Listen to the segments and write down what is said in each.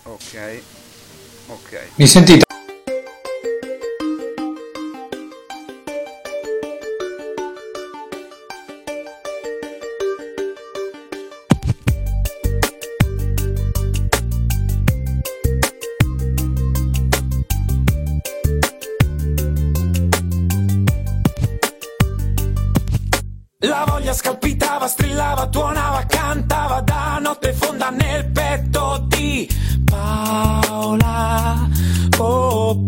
Ok. Mi sentite? La voglia scalpitava, strillava, tuonava, cantava da notte fonda nel petto di Paola, oh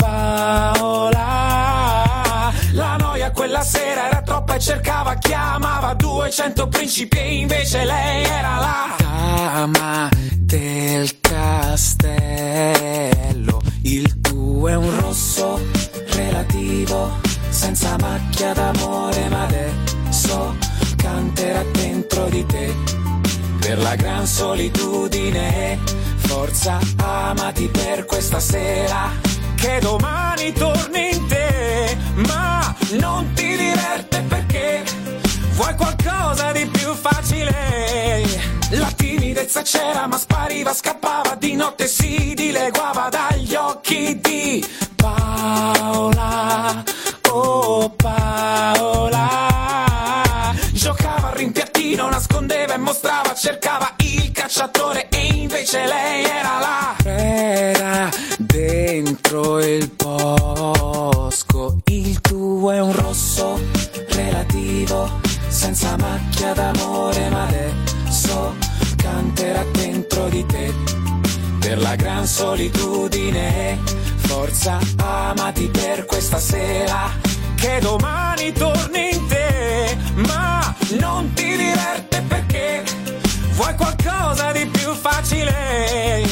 Paola. La noia quella sera era troppa e cercava, chiamava 200 principi e invece lei era la dama del castello. Il tuo è un rosso relativo, senza macchia d'amore, ma adesso canterà dentro di te per la gran solitudine. Forza, amati per questa sera, che domani torni in te, ma non ti diverte perché vuoi qualcosa di più facile. La timidezza c'era ma spariva, scappava, di notte si dileguava dagli occhi di Paola, oh Paola. Giocava al rimpiattino, nascondeva e mostrava, cercava il cacciatore e invece lei era la preda dentro il bosco. Il tuo è un rosso relativo, senza macchia d'amore, ma adesso canterà dentro di te per la gran solitudine. Forza, amati per questa sera, che domani torni in te, ma non ti diverte perché vuoi qualcosa di più facile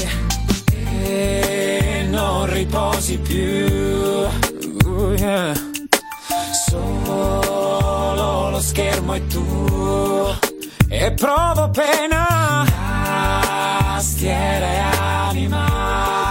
e non riposi più. Yeah. Solo lo schermo e tu, e provo pena, tastiera e anima.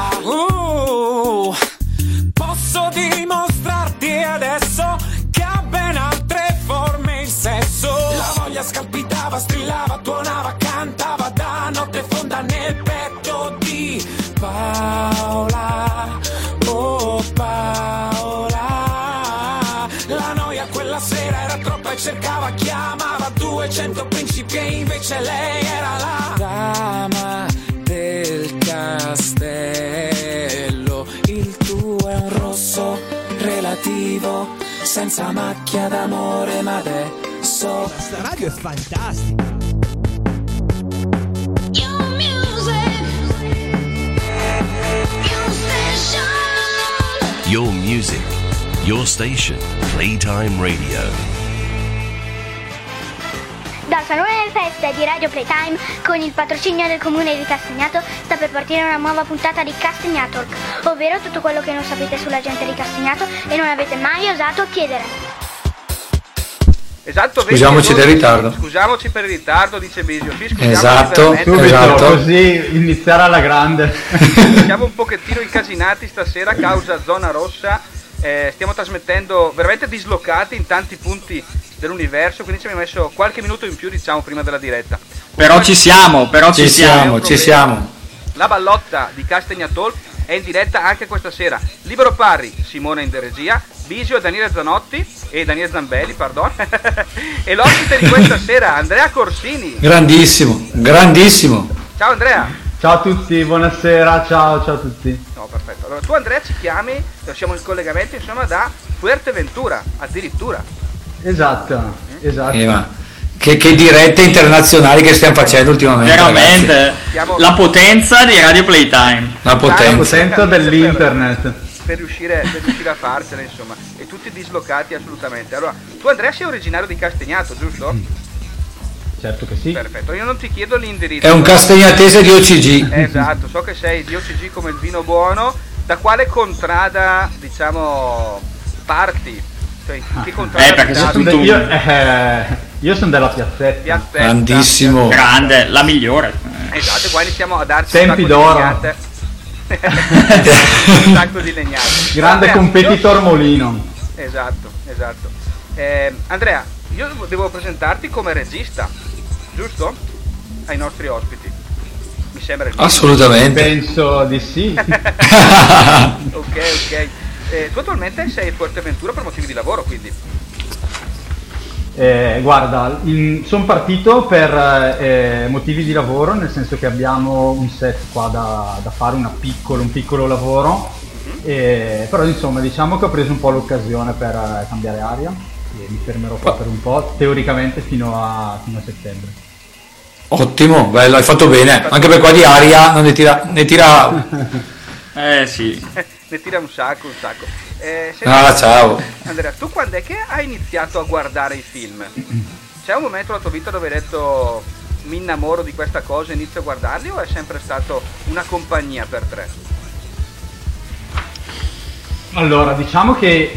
Posso dimostrarti adesso che ha ben altre forme il sesso. La voglia scalpitava, strillava, tuonava, cantava da notte fonda nel petto di Paola, oh Paola. La noia quella sera era troppa e cercava, chiamava 200 principi e invece lei era la dama del castello. Il tuo è un rosso relativo, senza macchia d'amore, ma adesso questa radio è fantastica. Your music, your station, Playtime Radio. Dal Salone delle Feste di Radio Playtime, con il patrocinio del Comune di Castagnato, sta per partire una nuova puntata di Castagnatalk, ovvero tutto quello che non sapete sulla gente di Castagnato e non avete mai osato chiedere. Esatto, scusiamoci del ritardo. Scusiamoci per il ritardo, dice Bisio. Sì, esatto, così iniziare alla grande. Siamo un pochettino incasinati stasera a causa zona rossa. Stiamo trasmettendo veramente dislocati in tanti punti dell'universo, quindi ci abbiamo messo qualche minuto in più, diciamo, prima della diretta. Però ci siamo. Ci siamo. La ballotta di Castagnatalk è in diretta anche questa sera. Libero Parri, Simone in regia, Bisio e Daniele Zanotti e Daniele Zambelli, pardon. E l'ospite di questa sera, Andrea Corsini. Grandissimo. Ciao Andrea. Ciao a tutti, buonasera, ciao a tutti. No, perfetto. Allora, tu Andrea ci chiami, siamo in collegamento insomma da Fuerteventura, addirittura. Esatto. Che dirette internazionali che stiamo facendo ultimamente. Veramente, la potenza di Radio Playtime. La potenza dell'internet. Per riuscire a farcela, insomma. E tutti dislocati assolutamente. Allora, tu Andrea sei originario di Castagnato, giusto? Certo che sì. Perfetto, io non ti chiedo l'indirizzo. È un castagnatese di OCG. Esatto, so che sei di OCG come il vino buono. Da quale contrada, diciamo, parti? Cioè, in che contrada perché io sono della Piazzetta. Grandissimo. Grande, la migliore. Esatto, qua iniziamo a darci tempi d'oro. un sacco di legnate. Grande competitor Molino. Esatto. Andrea, io devo presentarti come regista, giusto? Ai nostri ospiti. Mi sembra il minimo. Assolutamente. Penso di sì. Ok. Tu attualmente sei a Fuerteventura per motivi di lavoro, quindi? Guarda, sono partito per motivi di lavoro, nel senso che abbiamo un set qua da fare, un piccolo lavoro, però insomma diciamo che ho preso un po' l'occasione per cambiare aria e mi fermerò qua per un po', teoricamente fino a settembre. Ottimo, bello, hai fatto bene, anche per qua di aria non ne tira... Sì. Ne tira un sacco. Ciao. Andrea, tu quando è che hai iniziato a guardare i film? C'è un momento nella tua vita dove hai detto mi innamoro di questa cosa e inizio a guardarli, o è sempre stato una compagnia per te? Allora, diciamo che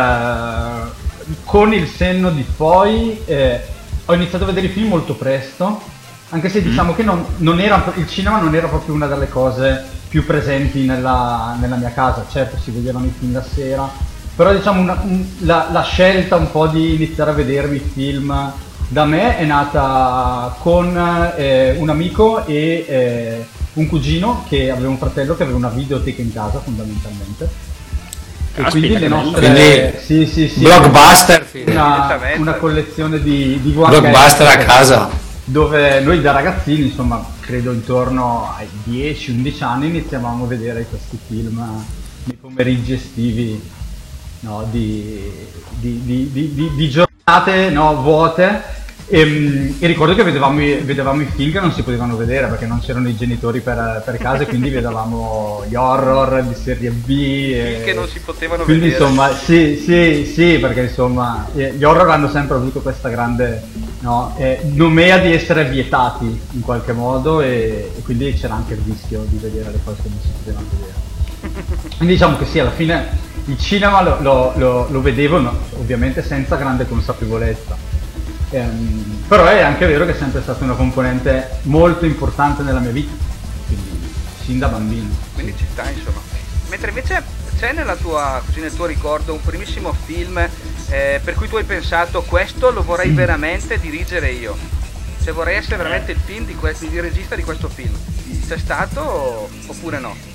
con il senno di poi ho iniziato a vedere i film molto presto, anche se diciamo che non era, il cinema non era proprio una delle cose più presenti nella mia casa. Certo, si vedevano i film la sera, però diciamo la scelta un po' di iniziare a vedermi i film da me è nata con un amico e un cugino che aveva un fratello che aveva una videoteca in casa fondamentalmente. E quindi le nostre sì, Blockbuster, una collezione di Blockbuster a casa, dove noi da ragazzini, insomma, credo intorno ai 10-11 anni, iniziavamo a vedere questi film nei pomeriggi estivi, no, di giornate, no, vuote. E ricordo che vedevamo i film che non si potevano vedere perché non c'erano i genitori per casa, e quindi vedevamo gli horror di serie B che non si potevano quindi vedere. Insomma sì, perché insomma gli horror hanno sempre avuto questa grande, no, nomea di essere vietati in qualche modo, e quindi c'era anche il rischio di vedere le cose che non si potevano vedere. Quindi diciamo che sì, alla fine il cinema lo vedevo, no, ovviamente senza grande consapevolezza. Però è anche vero che è sempre stata una componente molto importante nella mia vita, quindi sin da bambino. Quindi ci sta, insomma. Mentre invece c'è nel tuo ricordo un primissimo film per cui tu hai pensato questo lo vorrei veramente dirigere io, cioè vorrei essere veramente il regista di questo film. C'è stato oppure no?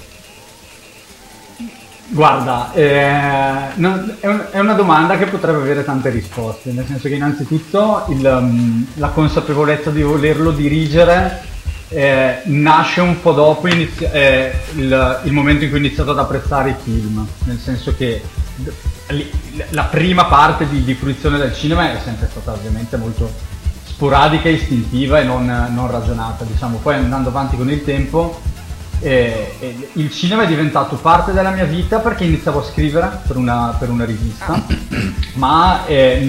Guarda, è una domanda che potrebbe avere tante risposte, nel senso che innanzitutto la consapevolezza di volerlo dirigere nasce un po' dopo il momento in cui ho iniziato ad apprezzare i film, nel senso che la prima parte di fruizione del cinema è sempre stata ovviamente molto sporadica, istintiva e non ragionata, diciamo. Poi andando avanti con il tempo il cinema è diventato parte della mia vita perché iniziavo a scrivere per una rivista, ma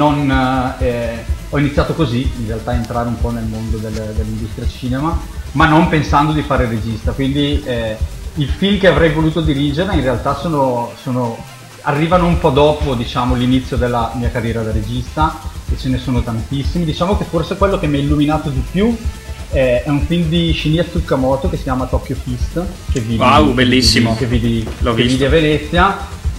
ho iniziato così in realtà a entrare un po' nel mondo dell'industria cinema, ma non pensando di fare regista, quindi i film che avrei voluto dirigere in realtà arrivano un po' dopo, diciamo, l'inizio della mia carriera da regista, e ce ne sono tantissimi. Diciamo che forse quello che mi ha illuminato di più è un film di Shinya Tsukamoto che si chiama Tokyo Fist, che vidi, bellissimo, che vidi a Venezia,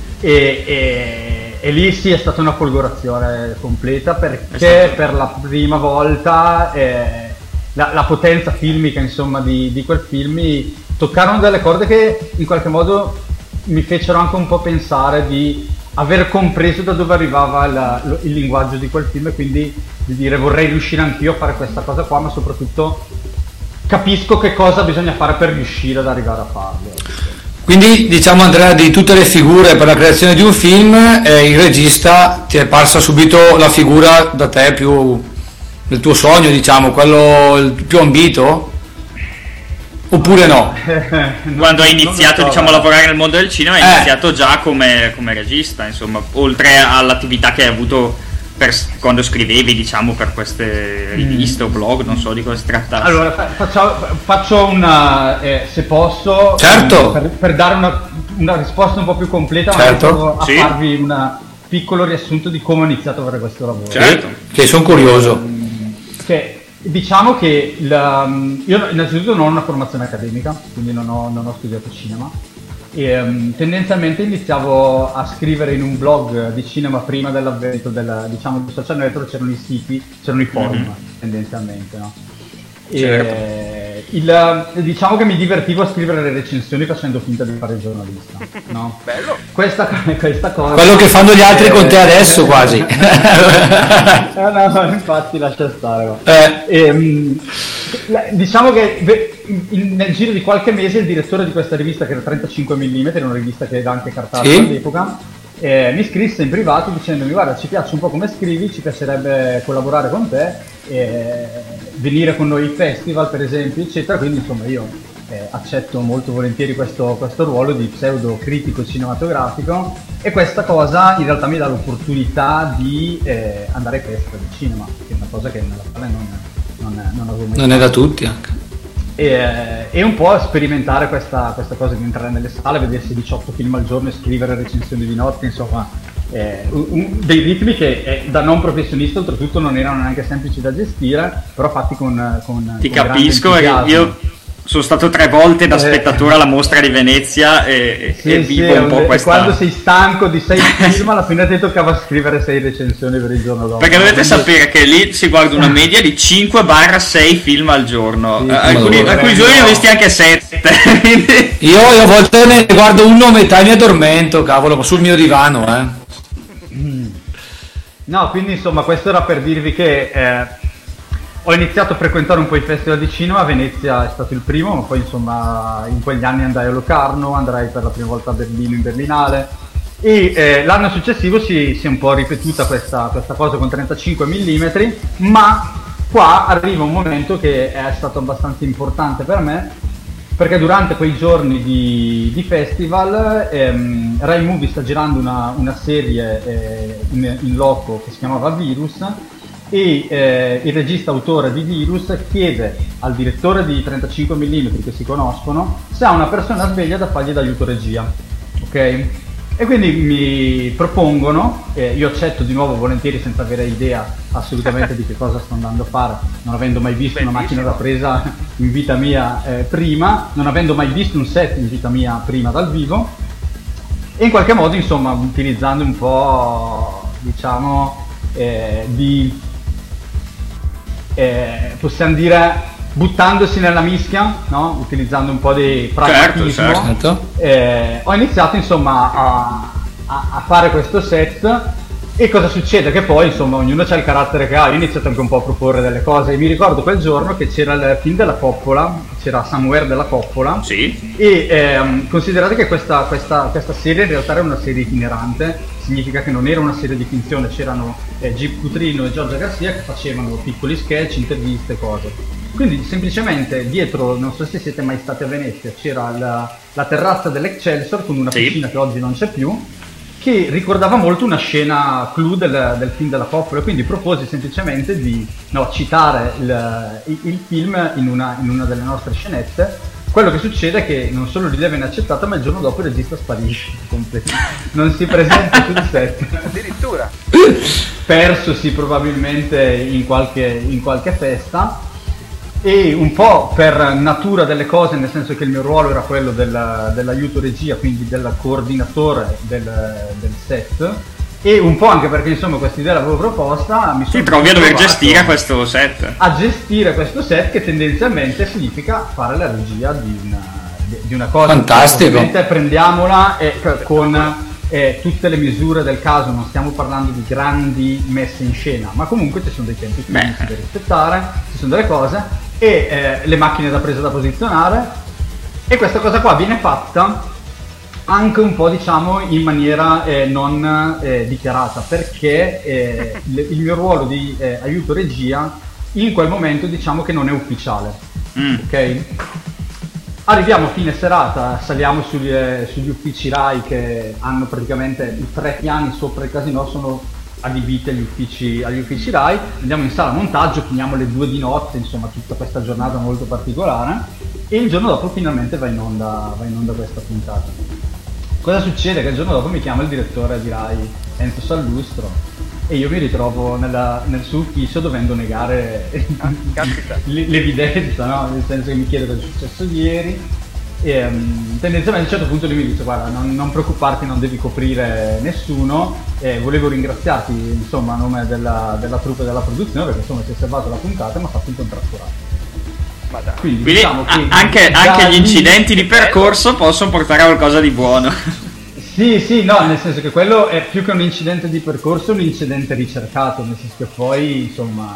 e lì sì è stata una folgorazione completa, perché per la prima volta la potenza filmica, insomma, di quel film mi toccarono delle corde che in qualche modo mi fecero anche un po' pensare di aver compreso da dove arrivava il linguaggio di quel film, e quindi di dire vorrei riuscire anch'io a fare questa cosa qua, ma soprattutto capisco che cosa bisogna fare per riuscire ad arrivare a farlo. Quindi diciamo, Andrea, di tutte le figure per la creazione di un film, il regista ti è parsa subito la figura da te più del tuo sogno, diciamo, quello il più ambito? Oppure no? Quando hai iniziato, diciamo, a lavorare nel mondo del cinema, hai iniziato già come regista, insomma, oltre all'attività che hai avuto quando scrivevi, diciamo, per queste riviste o blog, non so di cosa si tratta. Allora faccio una, se posso, certo, per dare una risposta un po' più completa, certo, a farvi un piccolo riassunto di come ho iniziato a fare questo lavoro. Certo, che sono curioso. Diciamo che io innanzitutto non ho una formazione accademica, quindi non ho studiato cinema, e tendenzialmente iniziavo a scrivere in un blog di cinema prima dell'avvento del social network. C'erano i siti, c'erano i forum, tendenzialmente, no? Certo. diciamo che mi divertivo a scrivere le recensioni facendo finta di fare il giornalista, no? Bello. Questa cosa... Quello che fanno gli altri con te adesso quasi. No, infatti lascia stare. Diciamo che nel giro di qualche mese il direttore di questa rivista, che era 35 mm, era una rivista che era anche cartacea all'epoca, mi scrisse in privato dicendomi: guarda, ci piace un po' come scrivi, ci piacerebbe collaborare con te, venire con noi ai festival per esempio, eccetera. Quindi insomma io accetto molto volentieri questo ruolo di pseudo critico cinematografico, e questa cosa in realtà mi dà l'opportunità di andare ai festival di cinema, che è una cosa che nella quale non avevo mai non è da tutti anche. E un po' sperimentare questa cosa di entrare nelle sale, vedersi 18 film al giorno e scrivere recensioni di notte, insomma dei ritmi che da non professionista oltretutto non erano neanche semplici da gestire, però fatti con ti con capisco, io sono stato 3 volte da spettatore alla mostra di Venezia e vivo un po' questa... Quando sei stanco di 6 film, alla fine ti toccava scrivere 6 recensioni per il giorno dopo. Perché dovete sapere che lì si guarda una media di 5-6 film al giorno. Sì, alcuni giorni ne ho visti anche 7. Io a volte ne guardo uno a metà e mi addormento, cavolo, sul mio divano, No, quindi insomma questo era per dirvi che ho iniziato a frequentare un po' i festival di cinema. Venezia è stato il primo, ma poi insomma in quegli anni andai a Locarno, andrai per la prima volta a Berlino in Berlinale, e l'anno successivo si è un po' ripetuta questa cosa con 35 mm, ma qua arriva un momento che è stato abbastanza importante per me, perché durante quei giorni di festival Rai Movie sta girando una serie in loco che si chiamava Virus, e il regista autore di Virus chiede al direttore di 35 mm che si conoscono se ha una persona sveglia da fargli d'aiuto regia, ok? E quindi mi propongono, io accetto di nuovo volentieri senza avere idea assolutamente di che cosa sto andando a fare, non avendo mai visto una macchina da presa in vita mia prima, non avendo mai visto un set in vita mia prima dal vivo, e in qualche modo insomma utilizzando un po', diciamo, possiamo dire buttandosi nella mischia, no? Utilizzando un po' di pragmatismo, certo. Ho iniziato insomma a fare questo set. E cosa succede? Che poi insomma ognuno c'ha il carattere che ha. Io ho iniziato anche un po' a proporre delle cose, e mi ricordo quel giorno che c'era il film della Coppola, c'era Somewhere della Coppola, sì. E considerate che questa serie in realtà era una serie itinerante, significa che non era una serie di finzione, c'erano Jeep Cutrino e Giorgia Garcia che facevano piccoli sketch, interviste, cose. Quindi semplicemente dietro, non so se siete mai stati a Venezia, c'era la terrazza dell'Excelsior con una piscina che oggi non c'è più, che ricordava molto una scena clou del film della Coppola, quindi proposi semplicemente di citare il film in una delle nostre scenette. Quello che succede è che non solo l'idea viene accettata, ma il giorno dopo il regista sparisce completamente, non si presenta sul set. Addirittura Persosi probabilmente in qualche festa. E un po' per natura delle cose, nel senso che il mio ruolo era quello dell'aiuto regia, quindi del coordinatore del set, e un po' anche perché insomma questa idea l'avevo proposta, mi sono ti trovi a dover gestire questo set. A gestire questo set, che tendenzialmente significa fare la regia di una cosa. Fantastico. Ovviamente prendiamola con tutte le misure del caso, non stiamo parlando di grandi messe in scena, ma comunque ci sono dei tempi da rispettare, ci sono delle cose, e le macchine da presa da posizionare, e questa cosa qua viene fatta anche un po', diciamo, in maniera non dichiarata, perché il mio ruolo di aiuto regia in quel momento, diciamo che non è ufficiale, ok? Arriviamo a fine serata, saliamo sugli uffici Rai, che hanno praticamente i 3 piani sopra il casino, sono adibiti agli uffici Rai, andiamo in sala montaggio, finiamo alle 2 di notte, insomma tutta questa giornata molto particolare, e il giorno dopo finalmente va in onda questa puntata. Cosa succede? Che il giorno dopo mi chiama il direttore di Rai, Enzo Sallustro, e io mi ritrovo nel suo ufficio dovendo negare l'evidenza, no? Nel senso che mi chiede cosa è successo ieri, e tendenzialmente a un certo punto lui mi dice: guarda, non preoccuparti, non devi coprire nessuno, volevo ringraziarti insomma a nome della troupe e della produzione, perché insomma si è salvato la puntata e mi ha fatto un contratto. Quindi diciamo che anche gli incidenti di percorso possono portare a qualcosa di buono. Sì, no, nel senso che quello è più che un incidente di percorso, un incidente ricercato, nel senso che poi, insomma,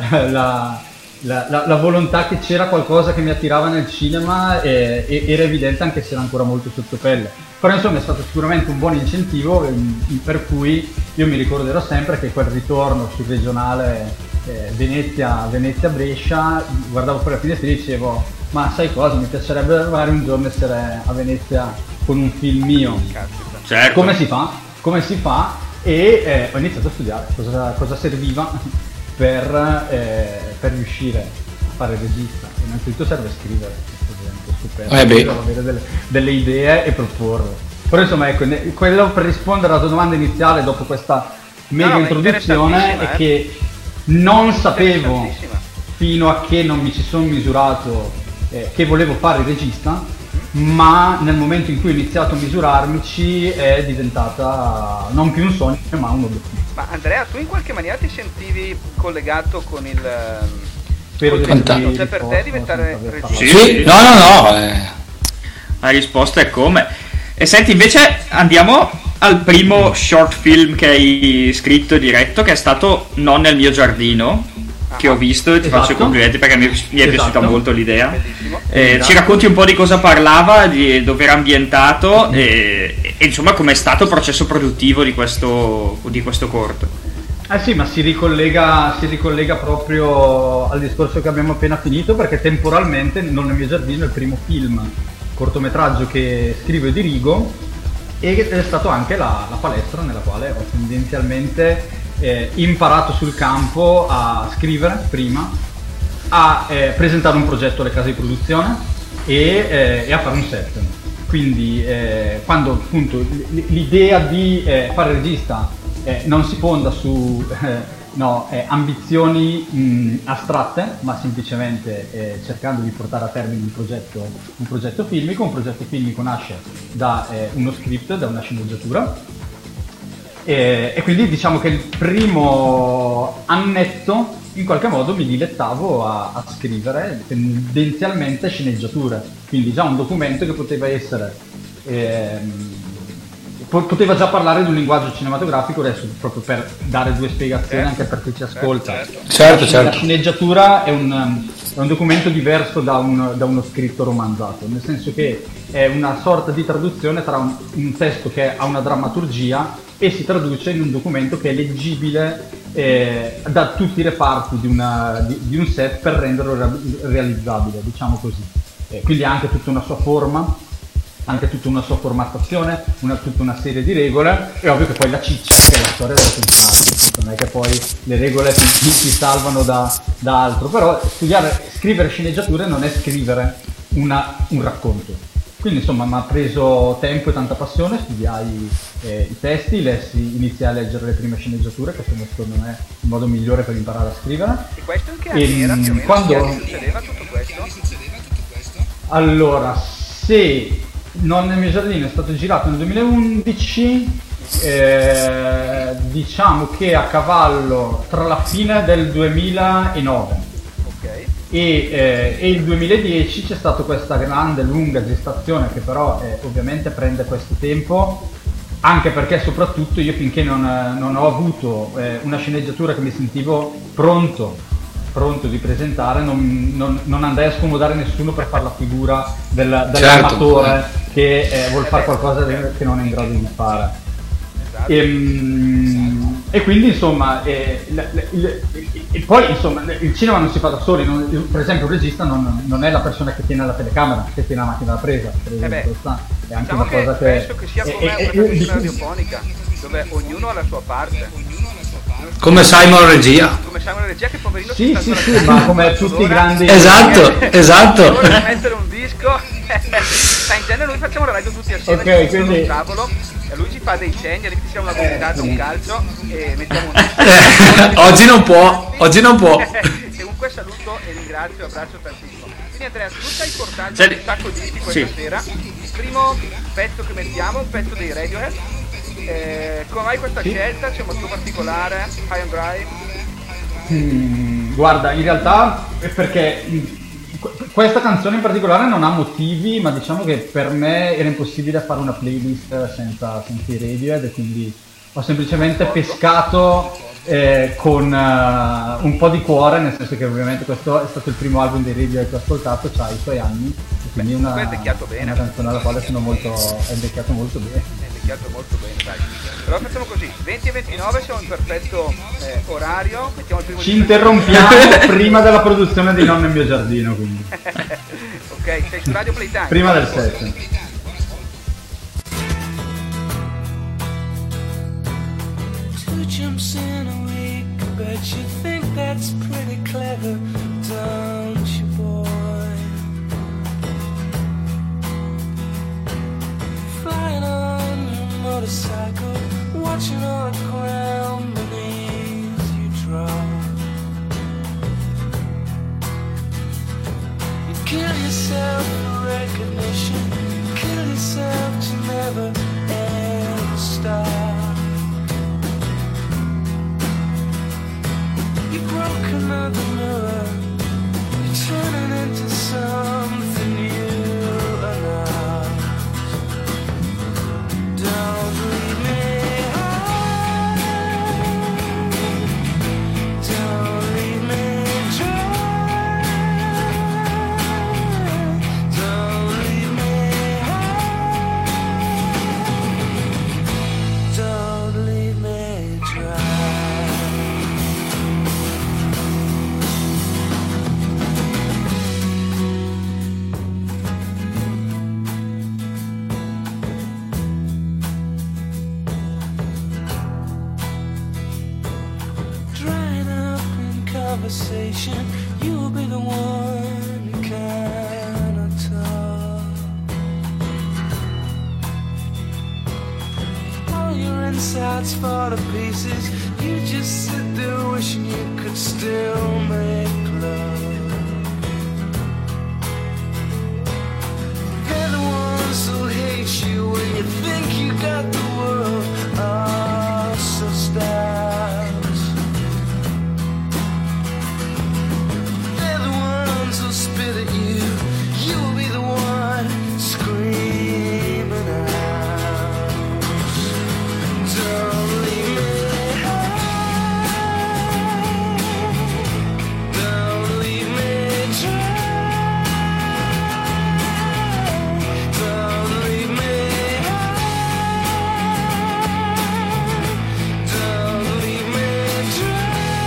la volontà che c'era qualcosa che mi attirava nel cinema era evidente, anche se era ancora molto sotto pelle. Però insomma è stato sicuramente un buon incentivo, per cui io mi ricorderò sempre che quel ritorno sul regionale Venezia-Brescia, guardavo fuori la finestra e dicevo: ma sai cosa, mi piacerebbe magari un giorno essere a Venezia con un film mio. Certo. Come si fa? E ho iniziato a studiare cosa serviva per riuscire a fare il regista. Innanzitutto serve scrivere, avere delle idee e proporle. Però insomma, ecco, quello per rispondere alla tua domanda iniziale dopo questa mega introduzione è che non sapevo fino a che non mi ci sono misurato che volevo fare il regista, ma nel momento in cui ho iniziato a misurarmici è diventata non più un sogno ma un obiettivo. Ma Andrea, tu in qualche maniera ti sentivi collegato con il fantastico, cioè per te diventare regista? Sì. No. La risposta è come. E senti, invece andiamo al primo short film che hai scritto e diretto, che è stato Non nel mio giardino, che ho visto e ti faccio i complimenti perché mi è piaciuta molto l'idea. Ci racconti un po' di cosa parlava, di dove era ambientato e insomma com'è stato il processo produttivo di questo corto. Sì, ma si ricollega proprio al discorso che abbiamo appena finito, perché temporalmente Non nel mio giardino è il primo film cortometraggio che scrivo e dirigo, e è stato anche la palestra nella quale ho tendenzialmente imparato sul campo a scrivere prima, a presentare un progetto alle case di produzione e a fare un set. Quindi quando appunto l'idea di fare regista non si fonda su ambizioni astratte, ma semplicemente cercando di portare a termine un progetto filmico. Un progetto filmico nasce da uno script, da una sceneggiatura, e quindi diciamo che il primo annetto in qualche modo mi dilettavo a scrivere tendenzialmente sceneggiature, quindi già un documento che poteva essere poteva già parlare di un linguaggio cinematografico. Adesso proprio per dare due spiegazioni anche per chi ci ascolta. Certo. La sceneggiatura è un documento diverso da uno scritto romanzato, nel senso che è una sorta di traduzione tra un testo che ha una drammaturgia e si traduce in un documento che è leggibile da tutti i reparti di un set per renderlo realizzabile, diciamo così. Quindi ha anche tutta una sua forma, anche tutta una sua formattazione, tutta una serie di regole. È ovvio che poi la ciccia è la storia della filmata, non è che poi le regole si salvano da altro, però scrivere sceneggiature non è scrivere un racconto. Quindi insomma mi ha preso tempo e tanta passione, studiai i testi, iniziai a leggere le prime sceneggiature, che secondo me è il modo migliore per imparare a scrivere. E questo in che anni era più o meno? Quando succedeva tutto questo? Allora, se Non nel mio giardino è stato girato nel 2011, diciamo che a cavallo tra la fine del 2009 e il 2010 c'è stata questa grande lunga gestazione, che però ovviamente prende questo tempo, anche perché soprattutto io finché non ho avuto una sceneggiatura che mi sentivo pronto di presentare, non andai a scomodare nessuno per fare la figura dell'amatore che vuol fare qualcosa che non è in grado di fare. E quindi insomma e poi insomma il cinema non si fa da soli, per esempio il regista non è la persona che tiene la telecamera, che tiene la macchina da presa, per esempio. Questa è anche una cosa che penso che sia come una trasmissione radiofonica dove ognuno ha la sua parte. Come Simon Regia. Come Simon Regia, che poverino sì, ma come tutti i grandi. Esatto. Ora mettere un disco. In genere noi facciamo la radio tutti assieme, quindi un tavolo, e lui ci fa dei segni, lì siamo una gomitata, un calcio e mettiamo un disco. Oggi non può. E comunque saluto e ringrazio, abbraccio tantissimo. Quindi Andrea, tu stai portando un sacco di dischi questa sera. Il primo pezzo che mettiamo è un pezzo dei Radiohead. Come mai questa scelta? C'è un motivo particolare? High and Dry? Guarda, in realtà è perché questa canzone in particolare non ha motivi, ma diciamo che per me era impossibile fare una playlist senza i Radiohead, e quindi ho semplicemente pescato con un po' di cuore, nel senso che ovviamente questo è stato il primo album dei Radiohead che ho ascoltato, c'ha i suoi anni, e quindi una canzone alla quale è invecchiato molto bene. È invecchiato molto bene, dai. Però facciamo così, 20 e 29 siamo in perfetto orario, mettiamo il primo. Ci interrompiamo prima della produzione di Nonno nel mio giardino, quindi. Ok, sei su Radio Playtime. Prima del 7. Jumps in a week, but you think that's pretty clever, don't you, boy? Flying on your motorcycle, watching all the ground beneath you drop. You kill yourself for recognition, you kill yourself to never ever stop. You broke another mirror, you're turning into something you are not. Don't leave me high, don't leave me dry, don't leave me high, don't leave me dry. Conversation, you'll be the one who cannot talk. All your insides fall to pieces, you just sit there wishing you could still make love. They're the ones who hate you when you think you got the world all so stacked. Spit at you, you'll be the one screaming out. Don't leave me high, don't leave me dry, don't leave me high, don't leave me dry.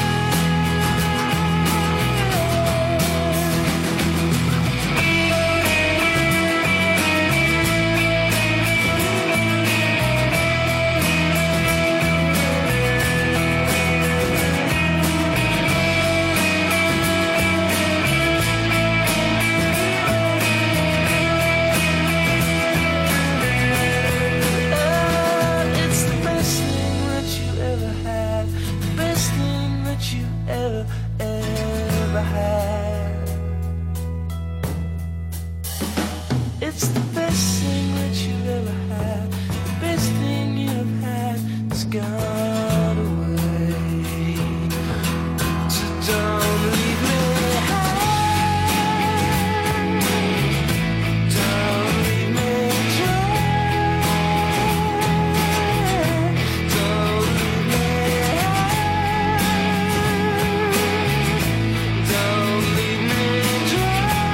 It's the best thing that you ever had. The best thing you've had has gone away. So don't leave me high, don't leave me dry, don't leave me high, don't leave me dry.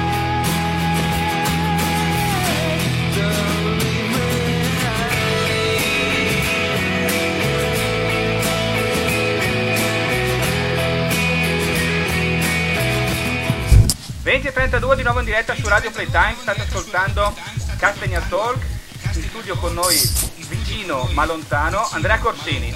20:32 di nuovo in diretta su Radio Playtime, state ascoltando Castagna Talk, in studio con noi vicino ma lontano Andrea Corsini.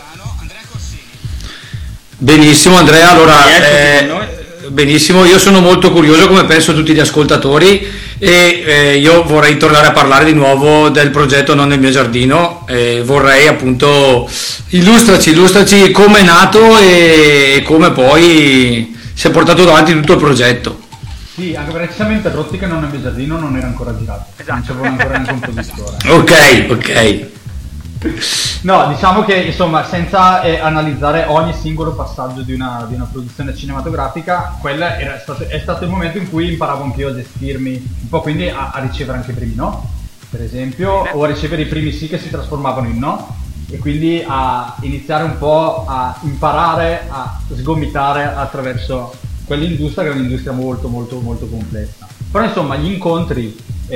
Benissimo Andrea, allora benissimo, io sono molto curioso come penso tutti gli ascoltatori e io vorrei tornare a parlare di nuovo del progetto Non nel mio giardino, vorrei appunto illustraci come è nato e come poi si è portato davanti tutto il progetto. Sì, anche perché ci siamo interrotti che Non nel mio giardino non era ancora girato, esatto. Non c'avevo ancora un compositore. Ok. No, diciamo che insomma, senza analizzare ogni singolo passaggio di una produzione cinematografica, è stato il momento in cui imparavo anche io a gestirmi un po', quindi a ricevere anche i primi no, per esempio, o a ricevere i primi sì che si trasformavano in no, e quindi a iniziare un po' a imparare a sgomitare attraverso quell'industria che è un'industria molto molto molto complessa. Però insomma gli incontri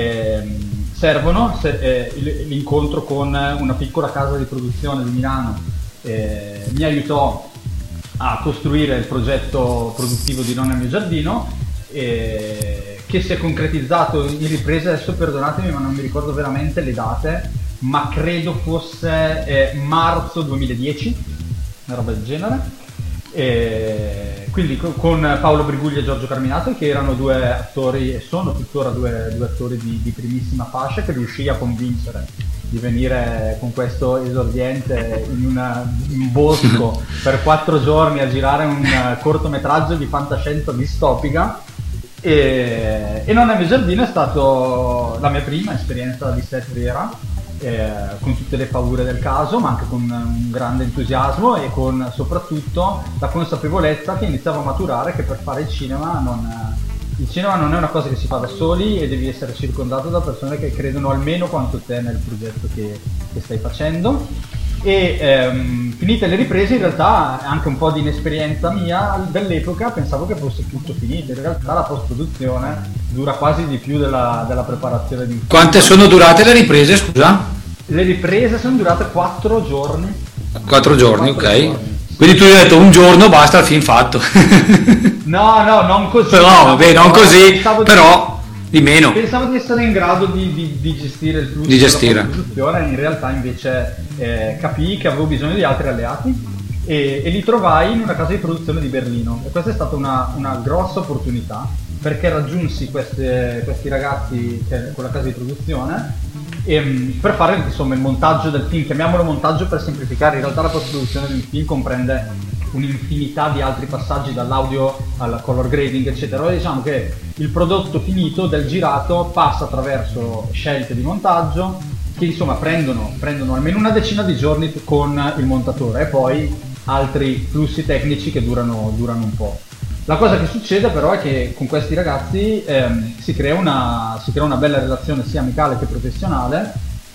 servono, l'incontro con una piccola casa di produzione di Milano mi aiutò a costruire il progetto produttivo di Non è il mio giardino, che si è concretizzato in riprese, adesso perdonatemi ma non mi ricordo veramente le date, ma credo fosse marzo 2010, una roba del genere. Quindi con Paolo Briguglia e Giorgio Carminato, che erano due attori e sono tuttora due attori di primissima fascia, che riuscì a convincere di venire con questo esordiente in un bosco per 4 giorni a girare un cortometraggio di fantascienza distopica. E Non è il mio giardino è stato la mia prima esperienza di set vera, con tutte le paure del caso, ma anche con un grande entusiasmo e con soprattutto la consapevolezza che iniziavo a maturare che per fare il cinema non è una cosa che si fa da soli e devi essere circondato da persone che credono almeno quanto te nel progetto che stai facendo. E finite le riprese, in realtà anche un po' di inesperienza mia dell'epoca, pensavo che fosse tutto finito. In realtà la post-produzione dura quasi di più della preparazione di un film. Quante sono durate le riprese, scusa? Le riprese sono durate 4 giorni. 4 giorni, ok. Quindi tu hai detto un giorno basta il film fatto. No, non così. Però vabbè, non così, però di meno. Pensavo di essere in grado di gestire il flusso della produzione, in realtà invece capii che avevo bisogno di altri alleati e li trovai in una casa di produzione di Berlino, e questa è stata una grossa opportunità, perché raggiunsi questi ragazzi con la casa di produzione per fare insomma il montaggio del film. Chiamiamolo montaggio per semplificare, in realtà la post-produzione di un film comprende un'infinità di altri passaggi, dall'audio al color grading eccetera. Diciamo che il prodotto finito del girato passa attraverso scelte di montaggio che insomma prendono almeno una decina di giorni con il montatore, e poi altri flussi tecnici che durano un po'. La cosa che succede però è che con questi ragazzi si crea una bella relazione sia amicale che professionale,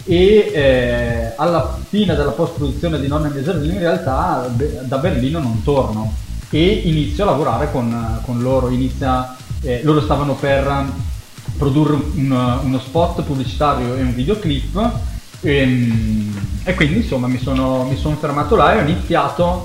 e alla fine della post-produzione di Non è il mio giardino in realtà da Berlino non torno e inizio a lavorare con loro. Loro stavano per produrre uno spot pubblicitario e un videoclip, e quindi insomma mi sono fermato là e ho iniziato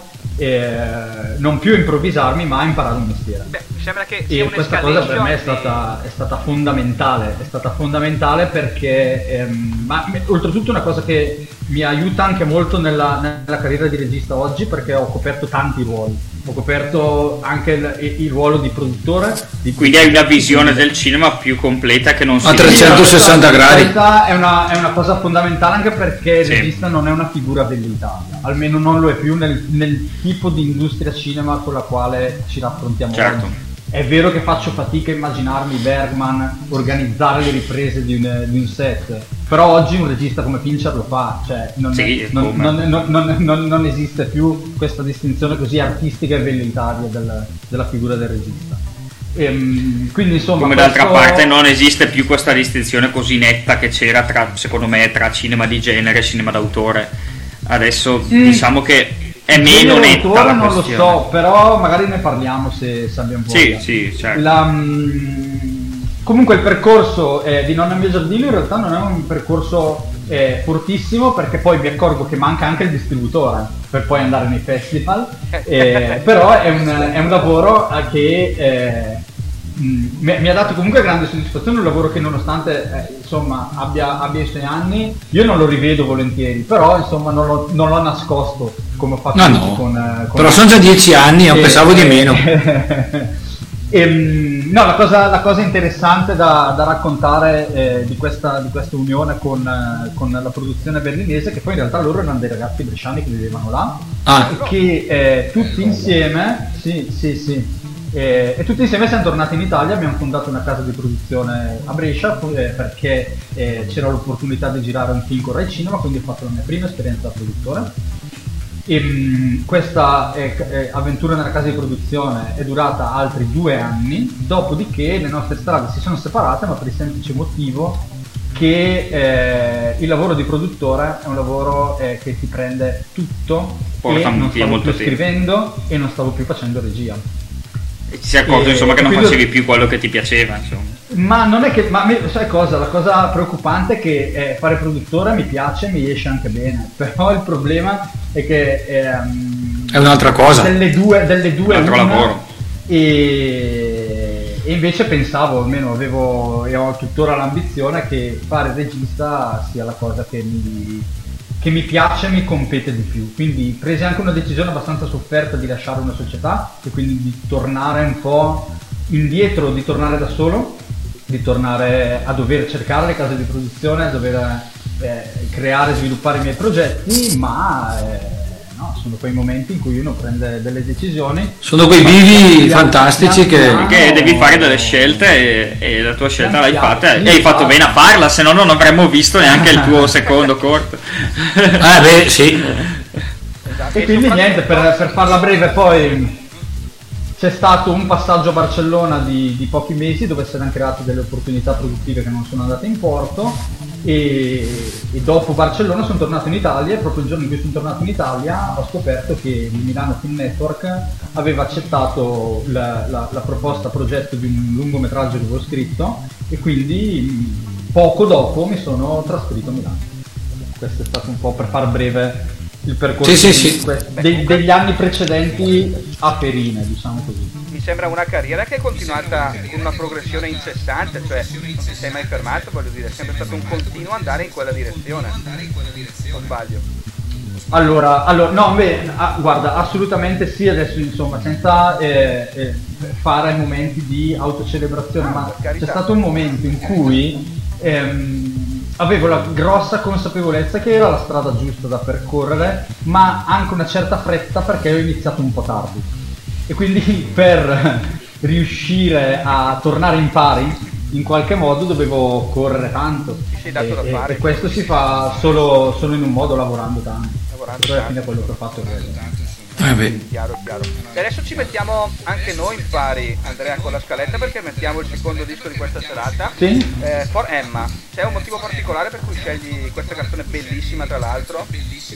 non più a improvvisarmi ma a imparare un mestiere. Beh, mi sembra che e questa cosa per me è stata fondamentale perché ma oltretutto una cosa che mi aiuta anche molto nella carriera di regista oggi, perché ho coperto tanti ruoli. Ho coperto anche il ruolo di produttore. Quindi hai una visione del cinema più completa che non si a 360 gradi. Questa è una cosa fondamentale, anche perché il regista non è una figura velleitaria, almeno non lo è più nel tipo di industria cinema con la quale ci raffrontiamo oggi. È vero che faccio fatica a immaginarmi Bergman organizzare le riprese di un set, però oggi un regista come Fincher lo fa, cioè non esiste più questa distinzione così artistica e velleitaria della figura del regista. Quindi insomma, come d'altra parte non esiste più questa distinzione così netta che c'era secondo me tra cinema di genere e cinema d'autore. Adesso diciamo che è meno netta la non questione. Lo so, però magari ne parliamo se abbiamo voglia. Sì, certo. Comunque il percorso di Non è il mio giardino in realtà non è un percorso fortissimo, perché poi mi accorgo che manca anche il distributore per poi andare nei festival, però è un lavoro che mi ha dato comunque grande soddisfazione, un lavoro che nonostante insomma abbia i suoi anni, io non lo rivedo volentieri, però insomma non l'ho nascosto come ho fatto con però sono già 10 anni, io pensavo di meno. No, la cosa interessante da raccontare di questa unione con la produzione berlinese, che poi in realtà loro erano dei ragazzi bresciani che vivevano là, che tutti insieme E tutti insieme siamo tornati in Italia, abbiamo fondato una casa di produzione a Brescia perché c'era l'opportunità di girare un film con Rai Cinema, quindi ho fatto la mia prima esperienza da produttore. E questa avventura nella casa di produzione è durata altri 2 anni, dopodiché le nostre strade si sono separate, ma per il semplice motivo che il lavoro di produttore è un lavoro che ti prende tutto, porta e non stavo molto più scrivendo e non stavo più facendo regia. E ti sei accorto insomma che non facevi più quello che ti piaceva, insomma. Ma non è che, sai cosa? La cosa preoccupante è che fare produttore mi piace, mi esce anche bene, però il problema è che è un'altra cosa. Delle due un altro lavoro. E invece pensavo, almeno avevo e ho tuttora l'ambizione che fare regista sia la cosa che mi piace e mi compete di più. Quindi presi anche una decisione abbastanza sofferta di lasciare una società e quindi di tornare un po' indietro, di tornare da solo, di tornare a dover cercare le case di produzione, a dover creare e sviluppare i miei progetti, ma no, sono quei momenti in cui uno prende delle decisioni. Sono quei bivi fantastici che devi fare delle scelte e la tua scelta l'hai fatta e hai fatto bene a farla, se no non avremmo visto neanche il tuo secondo corto. Beh, sì. E quindi niente, per farla breve, poi c'è stato un passaggio a Barcellona di pochi mesi dove si erano create delle opportunità produttive che non sono andate in porto, e dopo Barcellona sono tornato in Italia, e proprio il giorno in cui sono tornato in Italia ho scoperto che il Milano Film Network aveva accettato la proposta progetto di un lungometraggio che avevo scritto, e quindi poco dopo mi sono trasferito a Milano. Questo è stato un po', per far breve, il percorso degli anni precedenti a Perine, diciamo così. Mi sembra una carriera che è continuata con una progressione incessante, cioè non ti sei mai fermato, voglio dire, è sempre stato un continuo andare in quella direzione, o sbaglio? Allora no, guarda, assolutamente sì, adesso insomma, senza fare momenti di autocelebrazione, ma c'è stato un momento in cui avevo la grossa consapevolezza che era la strada giusta da percorrere, ma anche una certa fretta perché ho iniziato un po' tardi, e quindi per riuscire a tornare in pari in qualche modo dovevo correre tanto, e questo si fa solo in un modo, lavorando tanto. Alla fine quello che ho fatto è chiaro. E adesso ci mettiamo anche noi in pari, Andrea, con la scaletta, perché mettiamo il secondo disco di questa serata. Sì? For Emma. C'è un motivo particolare per cui scegli questa canzone bellissima, tra l'altro?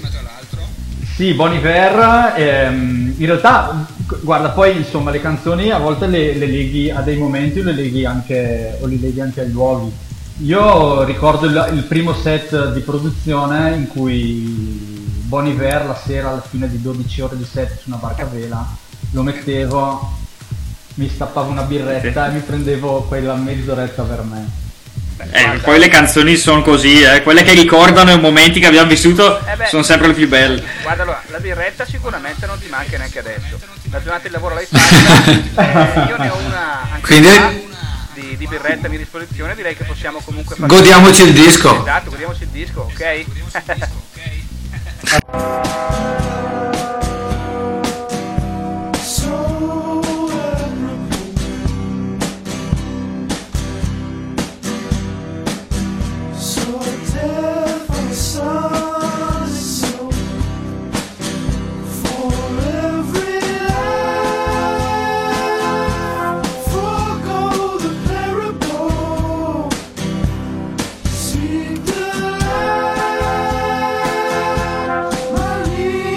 Sì, Bon Iver, in realtà, guarda, poi insomma le canzoni a volte le leghi a dei momenti o le leghi anche ai luoghi. Io ricordo il primo set di produzione in cui Bon Iver la sera, alla fine di 12 ore di set su una barca a vela, lo mettevo, mi stappavo una birretta e mi prendevo quella mezz'oretta per me. Poi le canzoni sono così, quelle che ricordano i momenti che abbiamo vissuto sono sempre le più belle. Guarda, allora, la birretta sicuramente non ti manca neanche adesso. La giornata di lavoro l'hai fatta, io ne ho una anche quindi di birretta a mia disposizione, direi che possiamo comunque fare. Godiamoci il disco. Esatto, godiamoci il disco, ok? Seek the light, my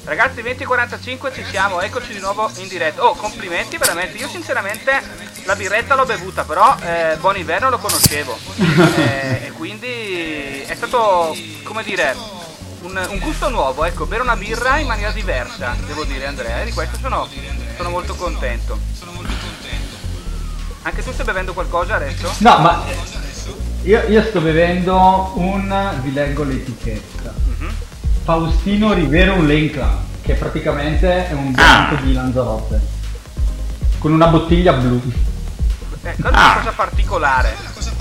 Ragazzi, 20:45 ci siamo, eccoci di nuovo in diretta. Oh, complimenti veramente. Io sinceramente la birretta l'ho bevuta, però Buon Inverno lo conoscevo. E quindi è stato, come dire, un gusto nuovo, ecco, bere una birra in maniera diversa, devo dire, Andrea, e di questo sono molto contento. Anche tu stai bevendo qualcosa adesso? No, ma io sto bevendo vi leggo l'etichetta. Faustino Rivero Lenca, che praticamente è un bianco di Lanzarote, con una bottiglia blu. Questa è una cosa particolare.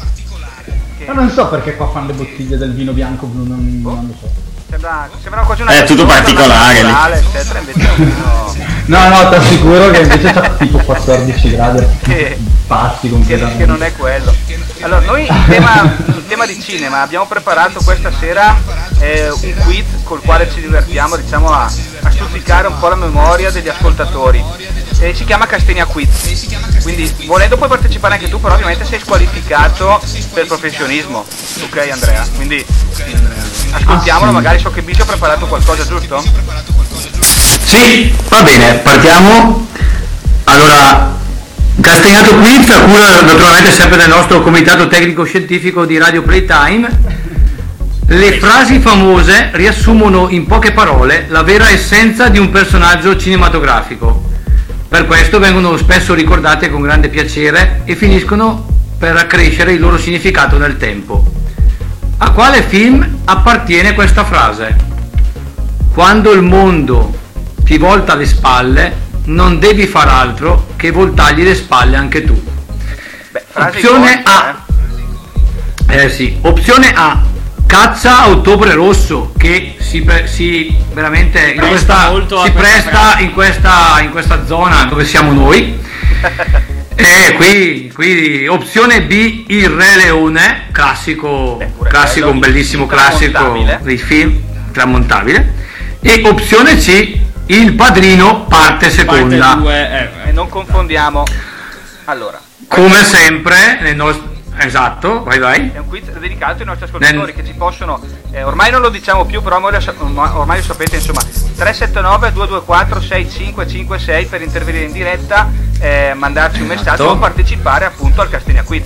Ma non so perché qua fanno le bottiglie del vino bianco blu, non lo so. Sembra quasi una è tutto particolare lì. Eccetera, invece no, ti assicuro che invece c'ha tipo 14 gradi passi che non è quello. Allora, noi in tema di cinema abbiamo preparato questa sera un quiz col quale ci divertiamo, diciamo, a stuzzicare un po' la memoria degli ascoltatori. Si chiama Castagna Quiz, quindi volendo puoi partecipare anche tu, però ovviamente sei squalificato per professionismo, ok Andrea? Quindi ascoltiamolo, magari so che Biggio ha preparato qualcosa, giusto? Sì, va bene, partiamo. Allora, Castagnato Quiz, a cura naturalmente sempre del nostro comitato tecnico scientifico di Radio Playtime. Le frasi famose riassumono in poche parole la vera essenza di un personaggio cinematografico. Per questo vengono spesso ricordate con grande piacere e finiscono per accrescere il loro significato nel tempo. A quale film appartiene questa frase? Quando il mondo ti volta le spalle, non devi far altro che voltargli le spalle anche tu. Opzione A. Opzione A. Caccia a Ottobre Rosso, che si veramente si presta in questa zona dove siamo noi. E qui opzione B, Il Re Leone, classico, un bellissimo classico dei film, tramontabile. E opzione C, Il Padrino parte seconda. E non confondiamo. Allora, come sempre nel nostro. Esatto, vai. È un quiz dedicato ai nostri ascoltatori che ci possono, ormai non lo diciamo più, però ormai lo sapete, insomma, 379 224 6556 per intervenire in diretta, mandarci un messaggio o partecipare appunto al Castagna Quiz.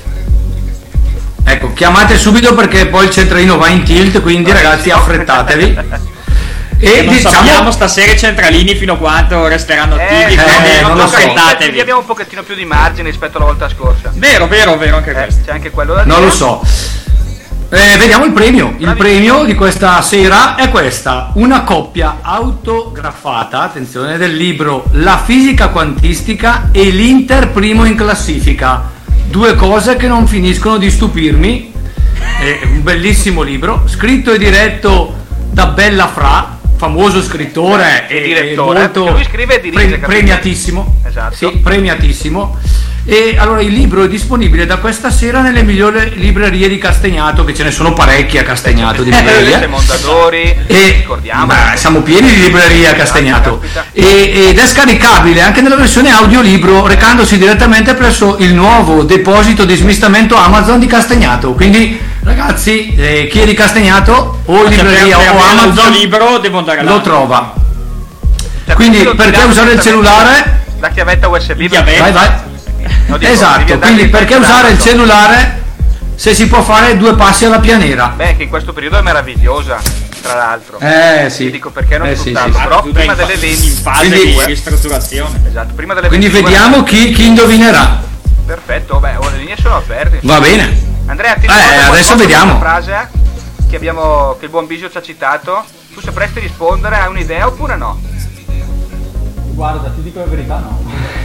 Ecco, chiamate subito perché poi il centralino va in tilt, quindi ragazzi affrettatevi. E non sappiamo stasera i centralini fino a quanto resteranno attivi, non lo affrettatevi. Quindi abbiamo un pochettino più di margine rispetto alla volta scorsa. Vero anche questo. C'è anche quello da dire. Non lo so. Vediamo il premio. Il premio di questa sera è questa: una copia autografata, attenzione, del libro La fisica quantistica e l'Inter primo in classifica. Due cose che non finiscono di stupirmi. È un bellissimo libro, scritto e diretto da Bella Fra, famoso scrittore e direttore, molto lui scrive e dirige, premiatissimo. Esatto. Sì, premiatissimo. E allora il libro è disponibile da questa sera nelle migliori librerie di Castagnato, che ce ne sono parecchie a Castagnato di librerie. Mondadori, ricordiamo. Siamo pieni di librerie a Castagnato. Ed è scaricabile anche nella versione audiolibro, recandosi direttamente presso il nuovo deposito di smistamento Amazon di Castagnato. Quindi ragazzi, chi è di Castagnato o in libreria o Amazon libro devo andare là. Lo trova. Quindi perché usare il cellulare? La chiavetta USB. Vai. Esatto, quindi perché usare il cellulare se si può fare due passi alla pianera? Beh, che in questo periodo è meravigliosa, tra l'altro. Sì. Dico perché non sfruttarlo, però prima delle 20 in fase di ristrutturazione. Esatto, prima delle quindi vediamo chi indovinerà. Perfetto, le linee sono aperte. Va bene. Andrea, ti adesso vediamo. Una frase che il buon Biggio ci ha citato. Tu sapresti rispondere, hai un'idea oppure no? Guarda, ti dico la verità, no.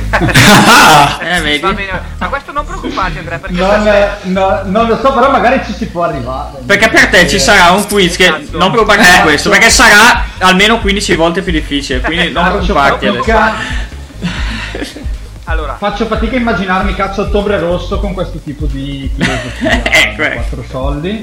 Vedi? Va bene, ma questo non preoccuparti, Andrea, perché non lo so, però magari ci si può arrivare. Perché per te ci sarà un quiz che non preoccuparti di questo, perché sarà almeno 15 volte più difficile, quindi non preoccuparti adesso. Allora, faccio fatica a immaginarmi Caccia Ottobre Rosso con questo tipo di filosofia. Ecco. 4 soldi.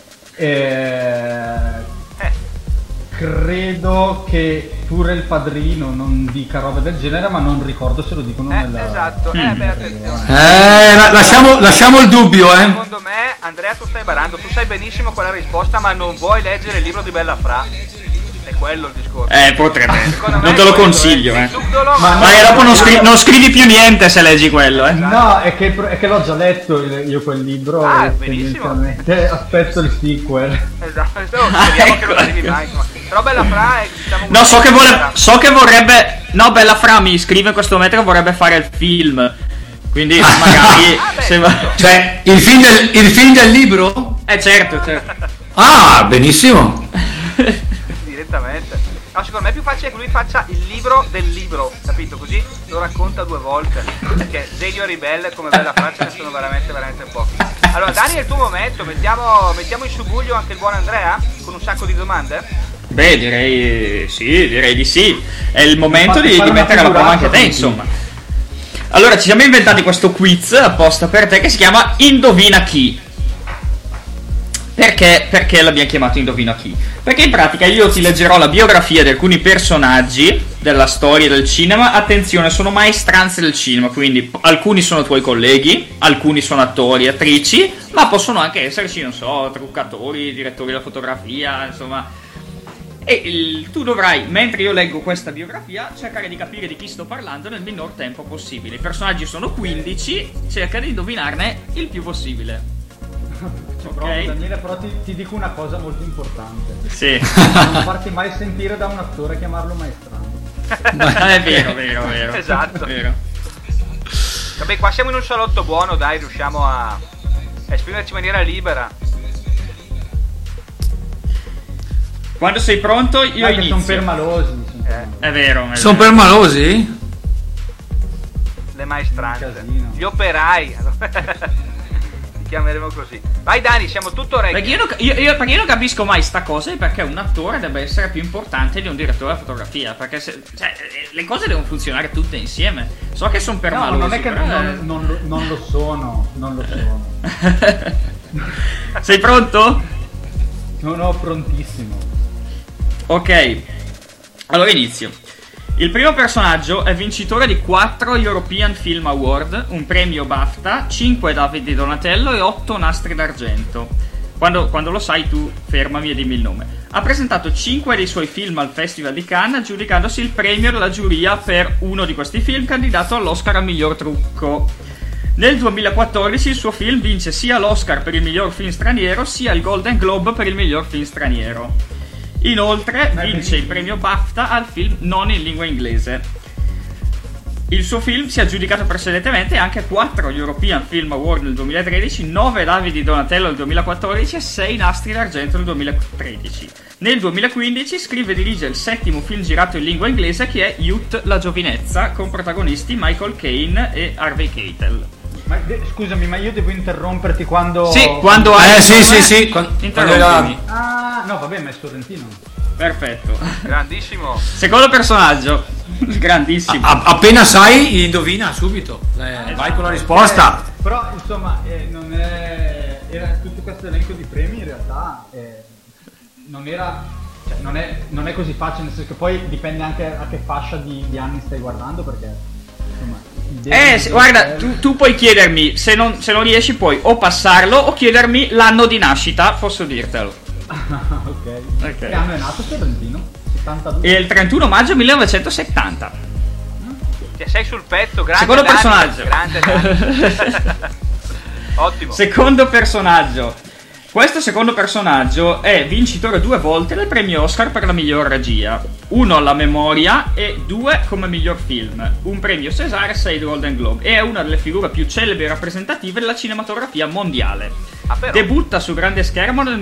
Credo che pure il Padrino non dica robe del genere, ma non ricordo se lo dicono nella... Esatto, attenzione. Lasciamo il dubbio, Secondo me, Andrea, tu stai barando, tu sai benissimo qual è la risposta, ma non vuoi leggere il libro di Bella Fra. È quello il discorso. Potrebbe. Non te lo consiglio, Subdolo, ma dopo non scrivi più niente se leggi quello, No, è che l'ho già letto io quel libro. Benissimo. Aspetto il sequel. Esatto, speriamo che lo arrivi mai. Però Bella Fra è, diciamo, no, so che vorrebbe. No, Bella Fra mi scrive in questo momento che vorrebbe fare il film. Quindi magari cioè il film del libro? Certo. Ah, benissimo. Direttamente. No, secondo me è più facile che lui faccia il libro del libro, capito? Così lo racconta 2 volte. Perché Genio Ribelle come Bella Fra ce ne sono veramente pochi. Allora Dani, è il tuo momento, mettiamo in subbuglio anche il buon Andrea con un sacco di domande. Beh, direi di sì. È il momento di mettere alla prova anche te, insomma. Allora, ci siamo inventati questo quiz apposta per te che si chiama Indovina chi. Perché l'abbiamo chiamato Indovina chi? Perché in pratica io ti leggerò la biografia di alcuni personaggi della storia del cinema. Attenzione, sono maestranze del cinema, quindi alcuni sono tuoi colleghi, alcuni sono attori, attrici, ma possono anche esserci, non so, truccatori, direttori della fotografia, insomma. E tu dovrai, mentre io leggo questa biografia, cercare di capire di chi sto parlando nel minor tempo possibile. I personaggi sono 15, cerca di indovinarne il più possibile. Ok, Daniele, però ti dico una cosa molto importante. Sì. Non farti mai sentire da un attore e chiamarlo maestrante. È vero. Esatto. Vero. Vabbè, qua siamo in un salotto buono, dai, riusciamo a esprimerci in maniera libera. Quando sei pronto io inizio. Sono permalosi. È vero. Sono permalosi? Le maestranze. Gli operai. Li chiameremo così. Vai Dani, siamo tutto orecchie. Perché io non capisco mai sta cosa, perché un attore debba essere più importante di un direttore della fotografia. Perché le cose devono funzionare tutte insieme. So che sono permalosi. No, non è che non lo sono. Sei pronto? No, prontissimo. Ok, allora inizio. Il primo personaggio è vincitore di 4 European Film Award, un premio BAFTA, 5 David di Donatello e 8 Nastri d'Argento. Quando lo sai tu fermami e dimmi il nome. Ha presentato 5 dei suoi film al Festival di Cannes, aggiudicandosi il premio della giuria per uno di questi film, candidato all'Oscar al miglior trucco. Nel 2014 il suo film vince sia l'Oscar per il miglior film straniero sia il Golden Globe per il miglior film straniero. Inoltre vince il premio BAFTA al film non in lingua inglese. Il suo film si è aggiudicato precedentemente anche 4 European Film Award nel 2013, 9 David di Donatello nel 2014 e 6 Nastri d'Argento nel 2013. Nel 2015 scrive e dirige il 7° film girato in lingua inglese, che è Youth, la giovinezza, con protagonisti Michael Caine e Harvey Keitel. Scusami, ma io devo interromperti quando... Sì, quando hai... Sì. Interrompimi. Ah, no, vabbè, ma è studentino. Perfetto. Grandissimo. Secondo personaggio. Grandissimo. Appena sai, indovina subito. Vai con la risposta. Però, insomma, non è... Era tutto questo elenco di premi, in realtà, non era... Cioè, non è così facile, nel senso che poi dipende anche a che fascia di anni stai guardando, perché... Insomma... guarda, tu puoi chiedermi, se non riesci puoi o passarlo o chiedermi l'anno di nascita, posso dirtelo. Ok. Che anno è nato Sorrentino? 72? Il 31 maggio 1970. Sei sul pezzo, grande. Secondo Dani, personaggio. Grande Dani. Ottimo. Secondo personaggio. Questo secondo personaggio è vincitore 2 volte del premio Oscar per la miglior regia, 1 alla memoria e 2 come miglior film, un premio César e 6 Golden Globe, e è una delle figure più celebri e rappresentative della cinematografia mondiale. Debutta su grande schermo nel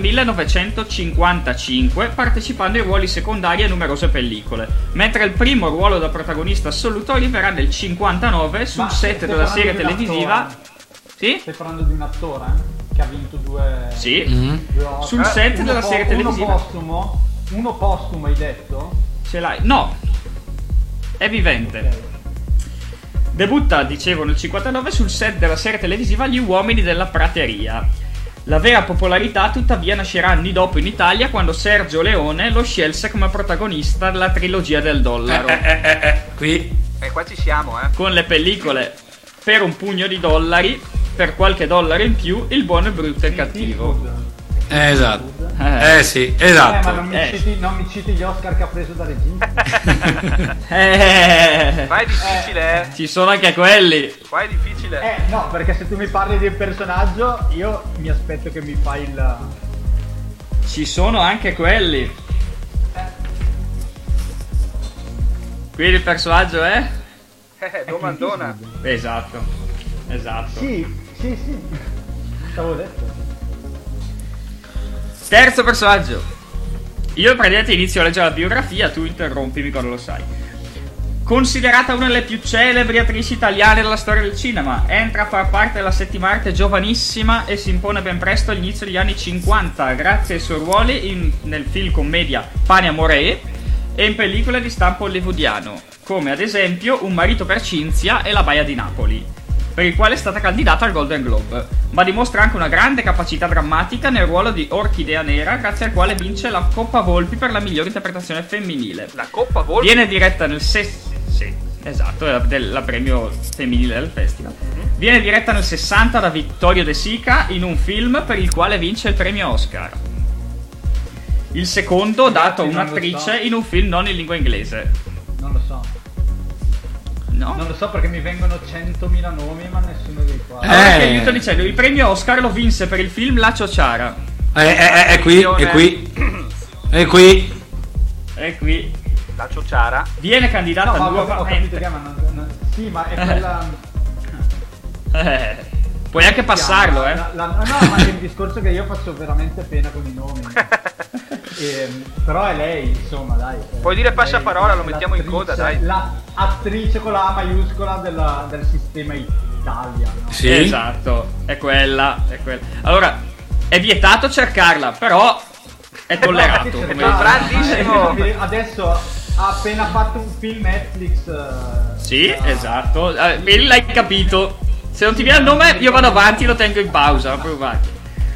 1955, partecipando ai ruoli secondari a numerose pellicole, mentre il primo ruolo da protagonista assoluto arriverà nel 59 sul set della serie televisiva. Sì? Stai parlando di un attore? Che ha vinto 2... Sì, sul set della serie televisiva. Uno postumo hai detto? Ce l'hai? No, è vivente. Okay. Debutta, dicevo, nel 59 sul set della serie televisiva Gli uomini della prateria. La vera popolarità tuttavia nascerà anni dopo in Italia, quando Sergio Leone lo scelse come protagonista della trilogia del dollaro. Qui qua ci siamo, con le pellicole Per un pugno di dollari, Per qualche dollaro in più, Il buono, il brutto e il cattivo. Esatto. Sì, Ma esatto. non mi citi gli Oscar che ha preso da regista. Ma è difficile, Ci sono anche quelli. Qua è difficile. No, perché se tu mi parli di un personaggio, io mi aspetto che mi fai il... Ci sono anche quelli. Quindi il personaggio è? Domandona. Esatto. Sì. Stavo detto. Terzo personaggio. Io praticamente inizio a leggere la biografia, tu interrompimi quando lo sai. Considerata una delle più celebri attrici italiane della storia del cinema, entra a far parte della settima arte giovanissima e si impone ben presto all'inizio degli anni 50 grazie ai suoi ruoli nel film commedia Pane Amore e in pellicole di stampo hollywoodiano, come ad esempio Un marito per Cinzia e La baia di Napoli, per il quale è stata candidata al Golden Globe, ma dimostra anche una grande capacità drammatica nel ruolo di Orchidea Nera, grazie al quale vince la Coppa Volpi per la migliore interpretazione femminile. La Coppa Volpi? Viene diretta nel Sì, esatto, è la premio femminile del festival. Viene diretta nel 60 da Vittorio De Sica in un film per il quale vince il premio Oscar. Il secondo dato a un'attrice in un film non in lingua inglese. Non lo so. No? Non lo so perché mi vengono 100.000 nomi, ma nessuno dei quali. Allora ti aiuto dicendo, il premio Oscar lo vinse per il film La Ciociara. È qui. La Ciociara. Viene candidata No, ma ho nuovamente. capito che sì, ma è quella... Puoi anche passarlo, no, ma è il discorso che io faccio veramente pena con i nomi. Però è lei, insomma, dai. Puoi dire passaparola, lo mettiamo in coda, dai. L'attrice con la A maiuscola del sistema Italia, no? Sì. Esatto, è quella. Allora, è vietato cercarla, però è tollerato. No, grandissimo. Adesso ha appena fatto un film Netflix. Sì, esatto. Vedi, l'hai capito. Se non ti viene il nome, io vado avanti e lo tengo in pausa. Provate.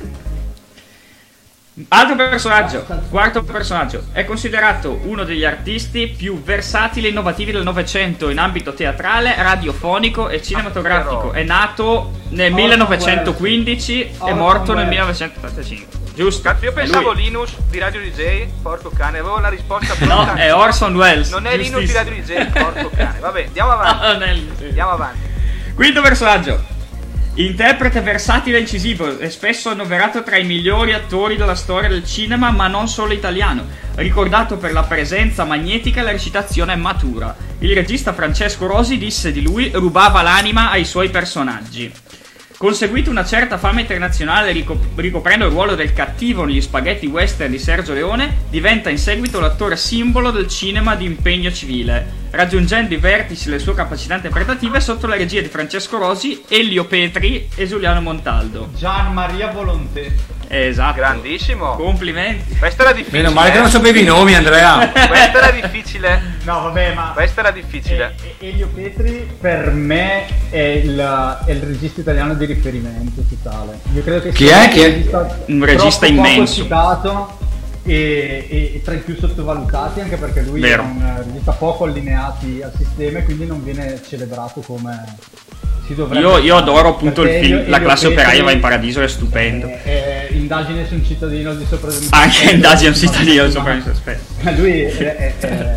Altro personaggio, quarto personaggio, è considerato uno degli artisti più versatili e innovativi del Novecento in ambito teatrale, radiofonico e cinematografico. È nato nel 1915 e morto nel 1985. Giusto? Cazzo, io pensavo Linus di Radio DJ, porco cane, avevo la risposta pronta. No, è Orson Welles. Non è Linus di Radio DJ, porco cane. Vabbè, andiamo avanti. Andiamo avanti. Quinto personaggio. Interprete versatile e incisivo, è spesso annoverato tra i migliori attori della storia del cinema, ma non solo italiano, ricordato per la presenza magnetica e la recitazione matura. Il regista Francesco Rosi disse di lui: rubava l'anima ai suoi personaggi. Conseguito una certa fama internazionale ricoprendo il ruolo del cattivo negli spaghetti western di Sergio Leone, diventa in seguito l'attore simbolo del cinema di impegno civile, raggiungendo i vertici delle sue capacità interpretative sotto la regia di Francesco Rosi, Elio Petri e Giuliano Montaldo. Gian Maria Volonté. Esatto. Grandissimo. Complimenti. Questa era difficile. Meno male che non sapevi i nomi, Andrea. Questa era difficile. No, vabbè, ma questa era difficile. Elio Petri per me è il regista italiano di riferimento totale. Io credo che Chi sia è? Un regista immenso. Poco citato e tra i più sottovalutati, anche perché lui Vero. è un regista poco allineati al sistema e quindi non viene celebrato come si dovrebbe. Io adoro appunto il Perché film La Elio classe Petri operaia va in paradiso, è stupendo. Indagine su un cittadino di sopra. Anche Indagine su un cittadino di sopra. Aspetta. Lui è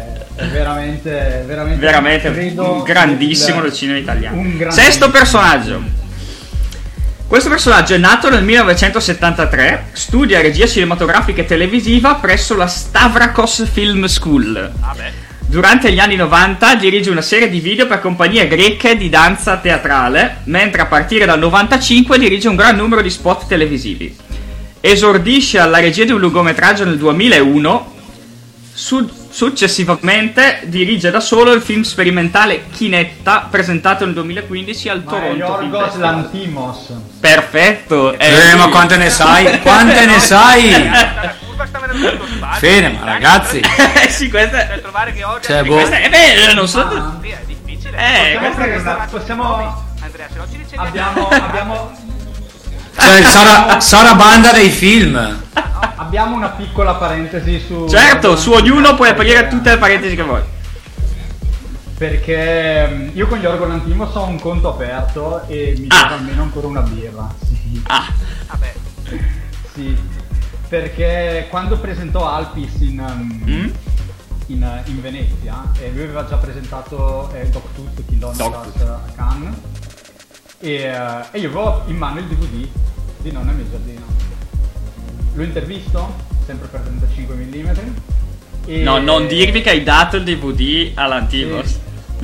veramente credo un grandissimo del cinema italiano. grandissimo. Sesto personaggio. Questo personaggio è nato nel 1973, studia regia cinematografica e televisiva presso la Stavrakos Film School. Durante gli anni 90 dirige una serie di video per compagnie greche di danza teatrale, mentre a partire dal 95 dirige un gran numero di spot televisivi. Esordisce alla regia di un lungometraggio nel 2001, successivamente dirige da solo il film sperimentale Chinetta, presentato nel 2015 al Toronto Film Yorgos Festival. Lanthimos. Perfetto. Ma quante ne sai? Quante ne sai? La curva sta venendo molto spazio. Ferma, ragazzi. Sì, questa Per trovare che oggi Cioè, boh. questa non so. Sì, è difficile. Possiamo Andrea, se no ci dicevi abbiamo Cioè, Sara Banda dei film. abbiamo una piccola parentesi su Certo, su ognuno puoi aprire tutte le parentesi che vuoi. Perché io con Yorgos Lanthimos ho un conto aperto e mi devo almeno ancora una birra. Sì. Vabbè. Sì. perché quando presentò Alpis in Venezia, lui aveva già presentato Dogtooth, Kill Ondas a Cannes, e io avevo in mano il DVD di Nonno nel mio giardino. L'ho intervisto, sempre per 35 mm. No, non dirmi che hai dato il DVD all'Antimos.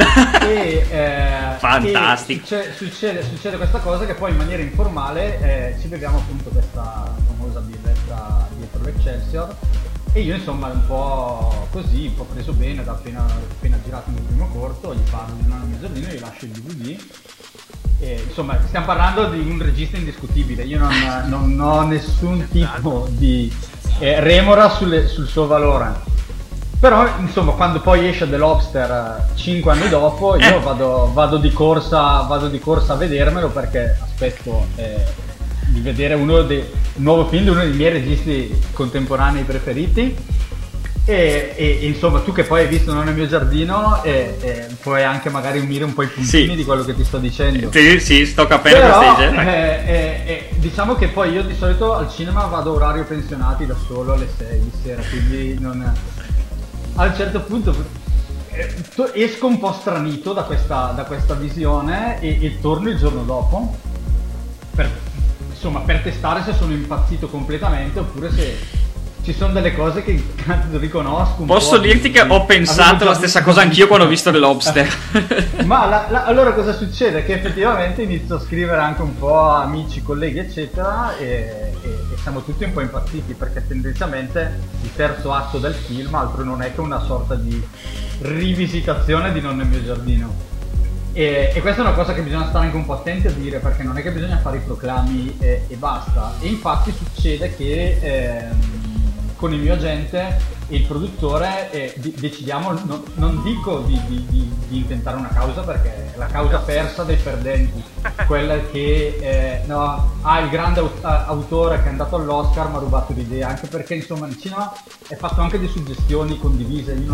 Fantastico. Succede questa cosa che poi in maniera informale ci beviamo appunto questa famosa birretta dietro l'Excelsior, e io insomma un po' così, un po' preso bene da appena girato il mio primo corto, gli parlo di Nonno nel mio giardino, gli lascio il DVD. E, insomma, stiamo parlando di un regista indiscutibile, io non ho nessun tipo di remora sul suo valore. Però insomma, quando poi esce The Lobster 5 anni dopo, io vado di corsa a vedermelo, perché aspetto di vedere un nuovo film di uno dei miei registi contemporanei preferiti. E insomma, tu che poi hai visto Non nel mio giardino, puoi anche magari unire un po' i puntini di quello che ti sto dicendo. Sì, sto capendo. Però, diciamo che poi io di solito al cinema vado a orario pensionati da solo alle 6 di sera, quindi a un certo punto esco un po' stranito da questa visione e torno il giorno dopo per testare se sono impazzito completamente oppure se ci sono delle cose che riconosco. Posso dirti che ho pensato la stessa cosa anch'io quando ho visto The Lobster. Ma allora cosa succede? Che effettivamente inizio a scrivere anche un po' a amici, colleghi eccetera, e siamo tutti un po' impazziti, perché tendenzialmente il terzo atto del film altro non è che una sorta di rivisitazione di Non nel mio giardino. E questa è una cosa che bisogna stare anche un po' attenti a dire, perché non è che bisogna fare i proclami e basta. E infatti succede che con il mio agente e il produttore decidiamo, non dico di inventare una causa, perché è la causa persa dei perdenti, quella che il grande autore che è andato all'Oscar mi ha rubato l'idea, anche perché insomma il cinema è fatto anche di suggestioni condivise. Io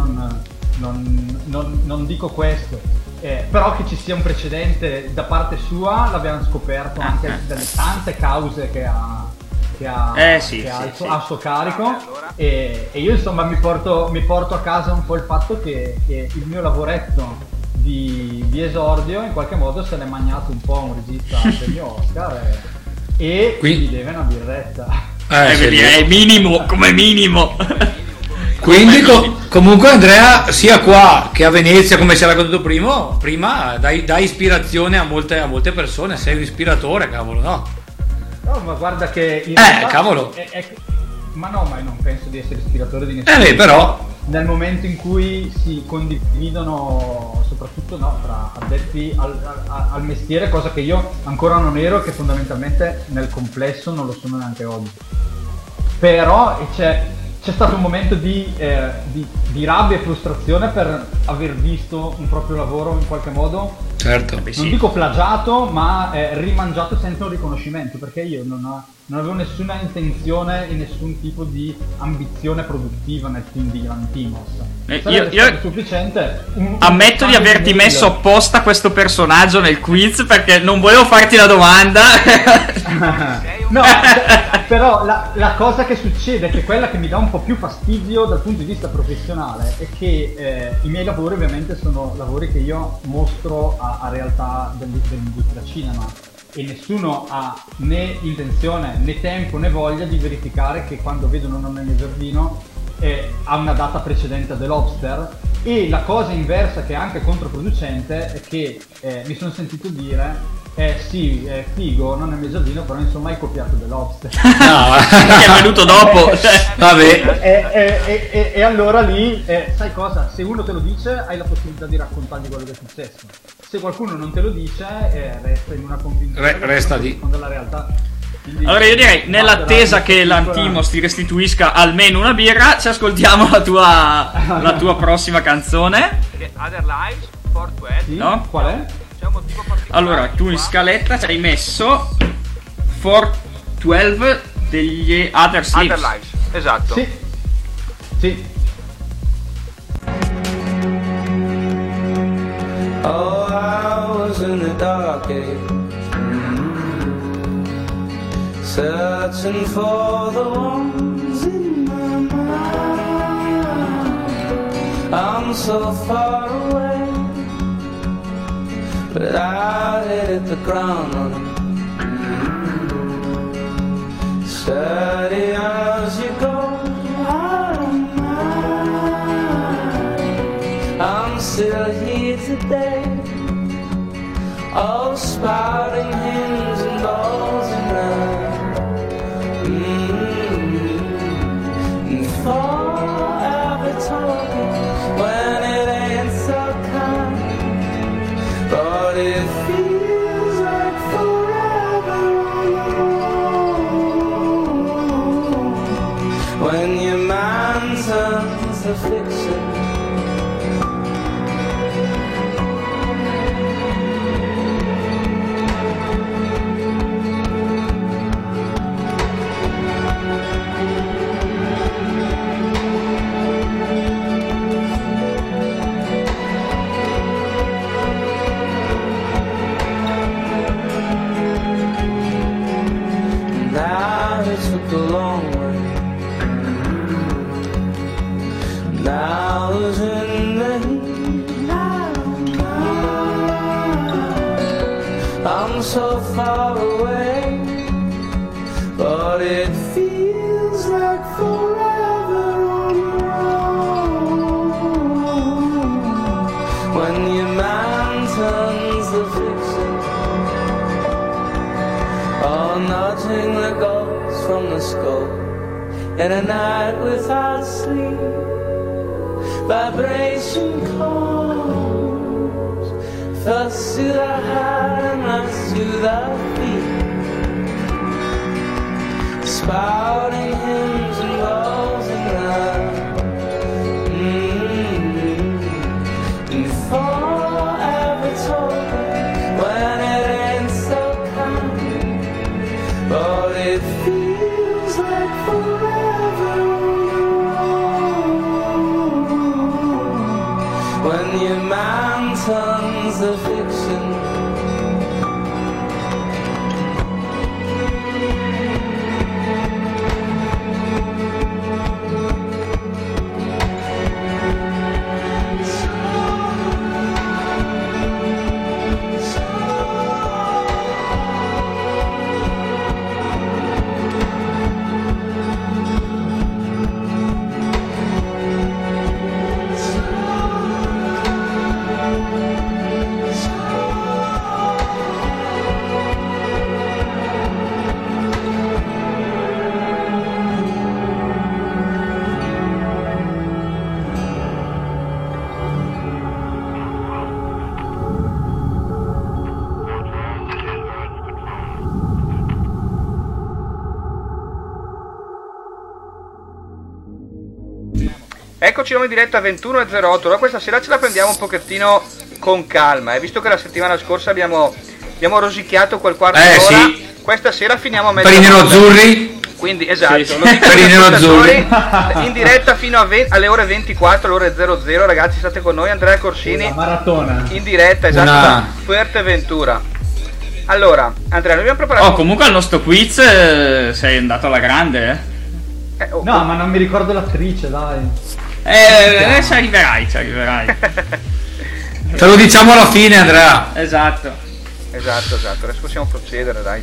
non dico questo, però che ci sia un precedente da parte sua l'abbiamo scoperto anche dalle tante cause che ha a suo carico, e io insomma mi porto a casa un po' il fatto che il mio lavoretto di esordio in qualche modo se l'è magnato un po' un regista del mio Oscar, e quindi deve una birretta. È minimo, come minimo. Quindi comunque Andrea, sia qua che a Venezia, come ci ha raccontato prima, dai ispirazione a molte persone, sei un ispiratore, cavolo, no? No, ma guarda che in realtà cavolo. Ma non penso di essere ispiratore di nessuno. Però nel momento in cui si condividono, soprattutto tra addetti al mestiere, cosa che io ancora non ero e che fondamentalmente nel complesso non lo sono neanche oggi. Però c'è stato un momento di rabbia e frustrazione per aver visto un proprio lavoro in qualche modo, certo, non dico plagiato, ma rimangiato senza un riconoscimento, perché io non avevo nessuna intenzione e nessun tipo di ambizione produttiva nel film di Lanthimos. Io sufficiente. Ammetto di averti messo apposta questo personaggio nel quiz perché non volevo farti la domanda. No, però la cosa che succede, che è quella che mi dà un po' più fastidio dal punto di vista professionale, è che i miei lavori ovviamente sono lavori che io mostro a realtà dell'industria cinema, e nessuno ha né intenzione né tempo né voglia di verificare che quando vedono Nonno nel mio giardino ha una data precedente a The Lobster. E la cosa inversa, che è anche controproducente, è che mi sono sentito dire sì, è figo Nonno nel mio giardino, però insomma hai copiato The Lobster. No, che è venuto dopo. Vabbè. E allora lì, sai cosa? Se uno te lo dice hai la possibilità di raccontargli quello che è successo. Se qualcuno non te lo dice, resta in una convinzione resta lì della realtà. Quindi, allora io direi, nell'attesa che l'Antimos ti restituisca almeno una birra, ci ascoltiamo la tua prossima canzone. Other Lives, 412. Sì? No? Qual è? C'è un motivo particolare. Allora, tu in scaletta ci hai messo 412 degli Other Sleeps. Other Lives, esatto. Sì. Oh, I was in the dark age, searching for the one I'm so far away, but I hit the ground running. Steady as you go, I don't mind. I'm still here today, all spouting hymns and balls and night. And forever talking when it ain't so kind, but it feels like forever when your mind turns to fiction. Now it took a long way. Now it's in the heat. I'm so far away, but it feels like forever on your own. When your mind turns to fiction, oh, nothing that goes from the skull in a night without sleep. Vibration comes first to the heart and last to the feet, spouting hymns and balls and love. And forever talking when it ain't so kind, but it feels like forever when your mind turns to fiction. Eccoci in diretta 21.08. Allora questa sera ce la prendiamo un pochettino con calma, visto che la settimana scorsa abbiamo rosicchiato quel quarto d'ora, sì. Questa sera finiamo a mezzanotte. Per i nerazzurri. Quindi esatto, sì. Per i nerazzurri. In diretta fino alle ore 24, alle ore 00, ragazzi, state con noi. Andrea Corsini, una maratona in diretta, esatto, da Fuerteventura. Allora, Andrea, noi abbiamo preparato. Oh, comunque al nostro quiz sei andato alla grande, No, ma non mi ricordo l'attrice, dai. Ci arriverai. Te lo diciamo alla fine, Andrea. Esatto. Adesso possiamo procedere, dai.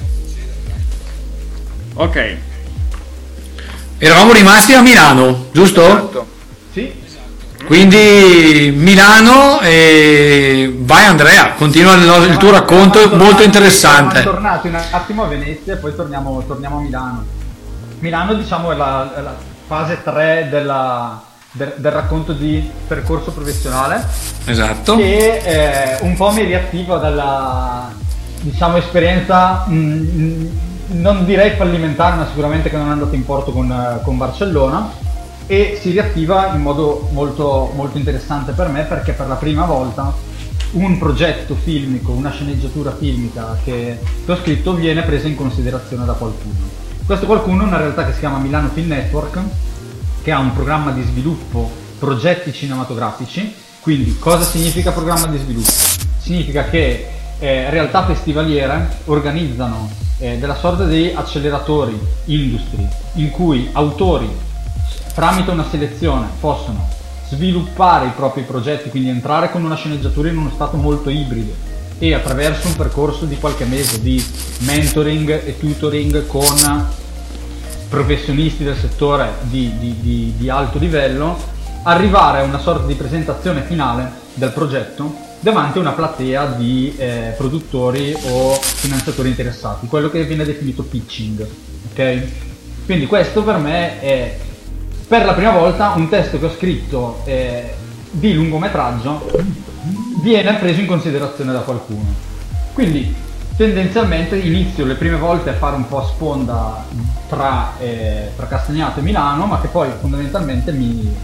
Ok. Eravamo rimasti a Milano, giusto? Esatto. Sì. Quindi Milano e vai Andrea, continua il tuo racconto molto interessante. Siamo tornati un attimo a Venezia e poi torniamo a Milano. Milano, diciamo, è la fase 3 del racconto di percorso professionale. Esatto. Che un po' mi riattiva dalla, diciamo, esperienza non direi fallimentare, ma sicuramente che non è andata in porto con Barcellona, e si riattiva in modo molto, molto interessante per me, perché per la prima volta un progetto filmico, una sceneggiatura filmica che ho scritto viene presa in considerazione da qualcuno. Questo qualcuno è una realtà che si chiama Milano Film Network, che ha un programma di sviluppo progetti cinematografici. Quindi cosa significa programma di sviluppo? Significa che realtà festivaliere organizzano della sorta di acceleratori industry, in cui autori tramite una selezione possono sviluppare i propri progetti, quindi entrare con una sceneggiatura in uno stato molto ibrido e attraverso un percorso di qualche mese di mentoring e tutoring con professionisti del settore di alto livello, arrivare a una sorta di presentazione finale del progetto davanti a una platea di produttori o finanziatori interessati, quello che viene definito pitching, ok? Quindi questo per me è per la prima volta un testo che ho scritto di lungometraggio viene preso in considerazione da qualcuno. Quindi tendenzialmente inizio le prime volte a fare un po' a sponda tra Castagnato e Milano, ma che poi fondamentalmente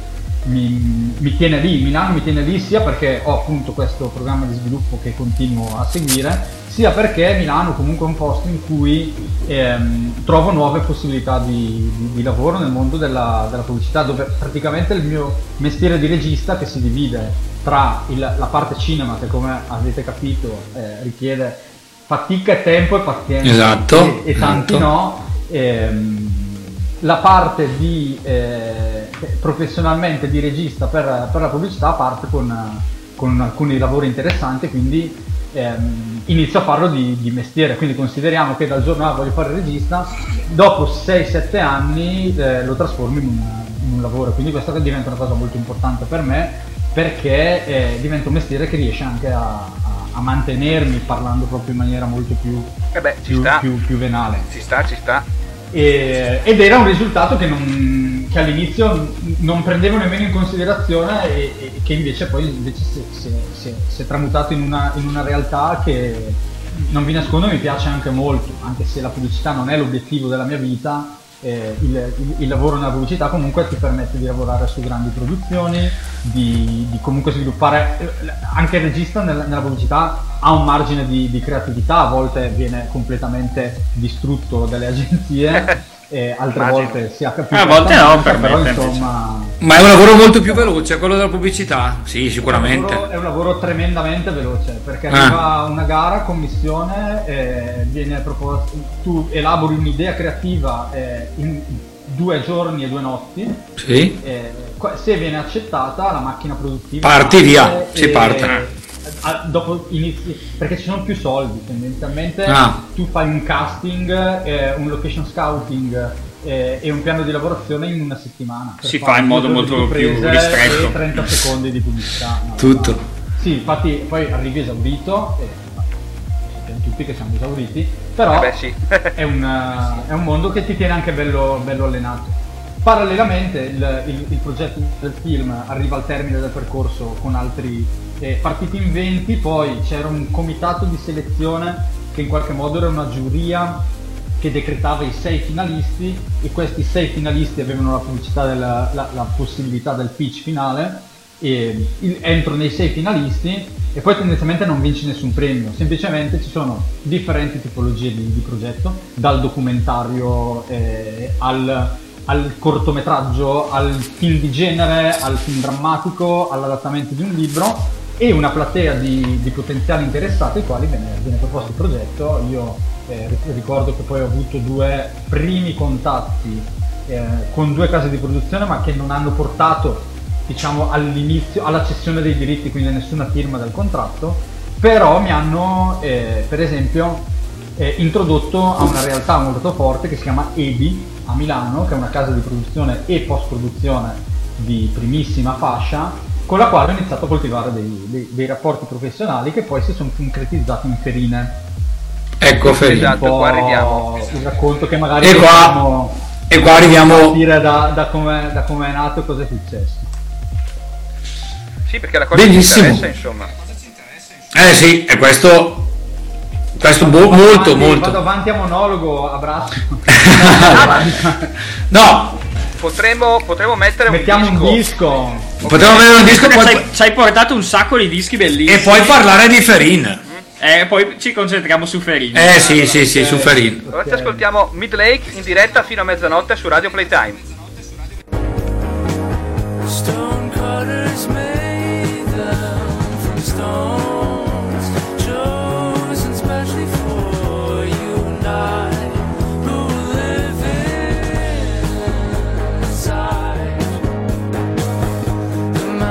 mi tiene lì. Milano mi tiene lì sia perché ho appunto questo programma di sviluppo che continuo a seguire, sia perché Milano comunque è un posto in cui trovo nuove possibilità di lavoro nel mondo della pubblicità, dove praticamente il mio mestiere di regista, che si divide tra la parte cinema, che come avete capito richiede fatica e tempo e pazienza, esatto, e tanti esatto. no, la parte di professionalmente di regista per la pubblicità parte con alcuni lavori interessanti, quindi inizio a farlo di mestiere. Quindi consideriamo che dal giorno voglio fare il regista, dopo 6-7 anni lo trasformo in un lavoro, quindi questa diventa una cosa molto importante per me, perché diventa un mestiere che riesce anche a mantenermi parlando proprio in maniera molto più venale. Ci sta. Ed era un risultato che all'inizio non prendevo nemmeno in considerazione e che invece poi si è tramutato in una realtà che, non vi nascondo, mi piace anche molto, anche se la pubblicità non è l'obiettivo della mia vita. Il lavoro nella pubblicità comunque ti permette di lavorare su grandi produzioni, di comunque sviluppare. Anche il regista nella pubblicità ha un margine di creatività, a volte viene completamente distrutto dalle agenzie, altre volte si ha capito, a volte no, però insomma. Ma è un lavoro molto più veloce quello della pubblicità? Sì, sicuramente. È un lavoro tremendamente veloce, perché arriva una gara, commissione, viene proposto, tu elabori un'idea creativa in 2 giorni e 2 notti. Sì. Se viene accettata, la macchina produttiva parti via, si parte. Dopo inizi, perché ci sono più soldi tendenzialmente. Tu fai un casting, un location scouting e un piano di lavorazione in una settimana. Si fa in modo molto più ristretto. E 30 secondi di pubblicità. Tutto. Sì, infatti poi arrivi esaurito, sappiamo tutti che siamo esauriti, però sì. è un mondo che ti tiene anche bello allenato. Parallelamente il progetto del film arriva al termine del percorso con altri partiti in 20, poi c'era un comitato di selezione che in qualche modo era una giuria che decretava i 6 finalisti, e questi 6 finalisti avevano la pubblicità la possibilità del pitch finale, e entro nei 6 finalisti, e poi tendenzialmente non vinci nessun premio, semplicemente ci sono differenti tipologie di progetto, dal documentario al cortometraggio, al film di genere, al film drammatico, all'adattamento di un libro, e una platea di potenziali interessati ai quali viene proposto il progetto. Io ricordo che poi ho avuto 2 primi contatti con 2 case di produzione, ma che non hanno portato, diciamo, all'inizio alla cessione dei diritti, quindi nessuna firma del contratto, però mi hanno per esempio introdotto a una realtà molto forte che si chiama EBI a Milano, che è una casa di produzione e post-produzione di primissima fascia, con la quale ho iniziato a coltivare dei rapporti professionali che poi si sono concretizzati in Ferine. Ecco, Ferine. Esatto, qua arriviamo. Il racconto che magari e qua arriviamo a dire da come è nato e cosa è successo. Sì, perché la cosa benissimo. Ci interessa, insomma. Sì, e questo molto. Vado avanti a monologo, abbraccio. No. Potremmo mettere Mettiamo un disco. Potremmo mettere un disco. Ci hai portato un sacco di dischi bellissimi. E poi parlare di Ferin. Poi ci concentriamo su Ferin. Sì, su Ferin. Ora ci ascoltiamo Midlake in diretta fino a mezzanotte su Radio Playtime. Stone cutters made them from stones, chosen specially for you and I, who live inside the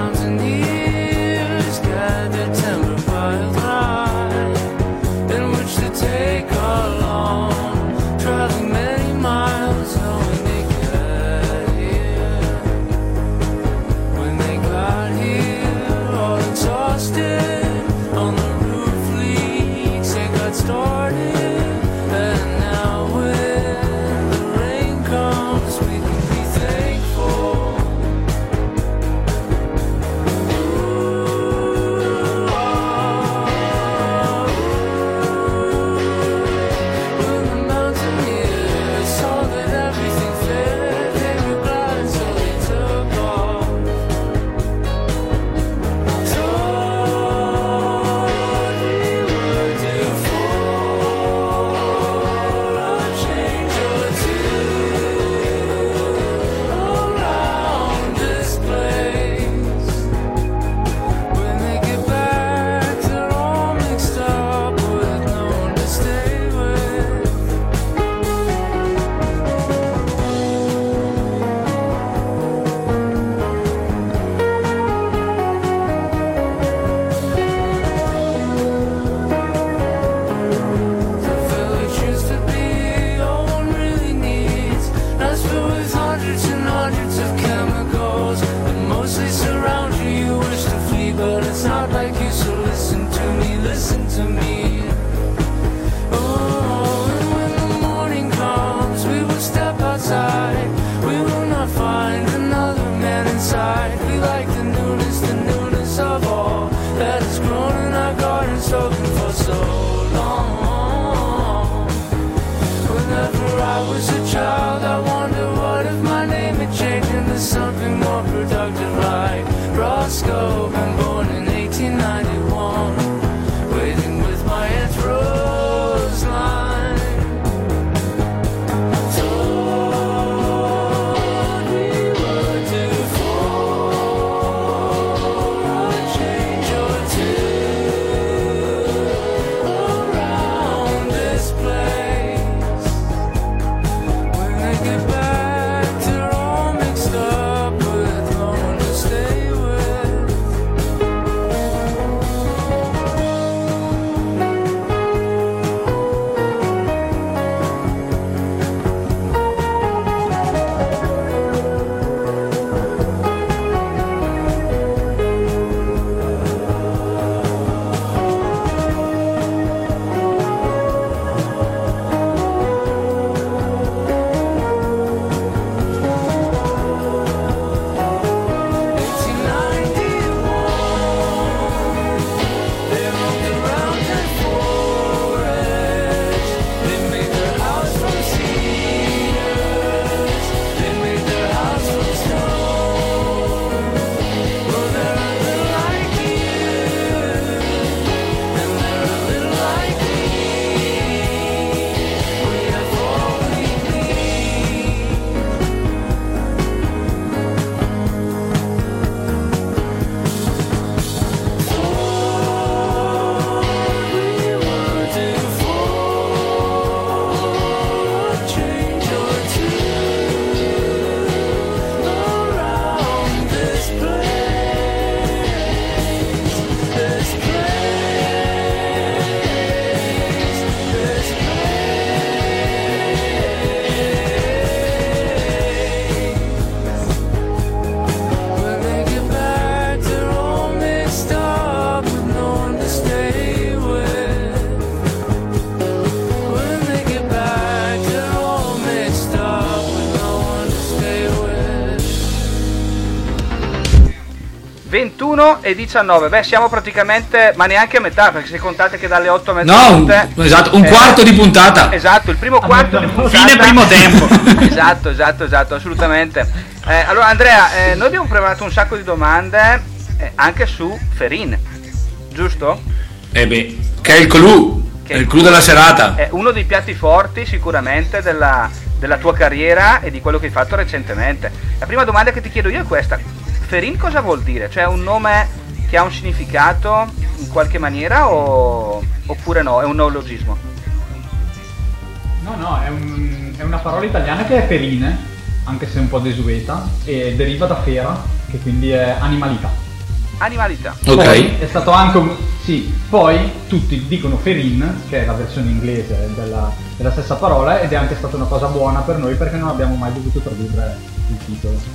grown in our garden, soaking for so long. Whenever I was a child, I wonder what if my name had changed into something more productive like Roscoe. Been born in 1891, waiting with my Aunt Roseline. E 19, beh siamo praticamente, ma neanche a metà, perché se contate che dalle 8 a mezzanotte esatto, un quarto di puntata. Esatto, il primo quarto di puntata. Fine primo tempo. esatto, assolutamente. Allora Andrea, noi abbiamo preparato un sacco di domande anche su Ferin, giusto? Che è il clou, è il clou della serata. È uno dei piatti forti sicuramente della tua carriera e di quello che hai fatto recentemente. La prima domanda che ti chiedo io è questa: Ferin cosa vuol dire? Cioè è un nome che ha un significato in qualche maniera oppure no? È un neologismo? No, è una parola italiana che è ferine, anche se un po' desueta, e deriva da fera, che quindi è animalità. Animalità. Ok. Poi è stato anche poi tutti dicono ferin, che è la versione inglese della stessa parola, ed è anche stata una cosa buona per noi perché non abbiamo mai dovuto tradurre il titolo.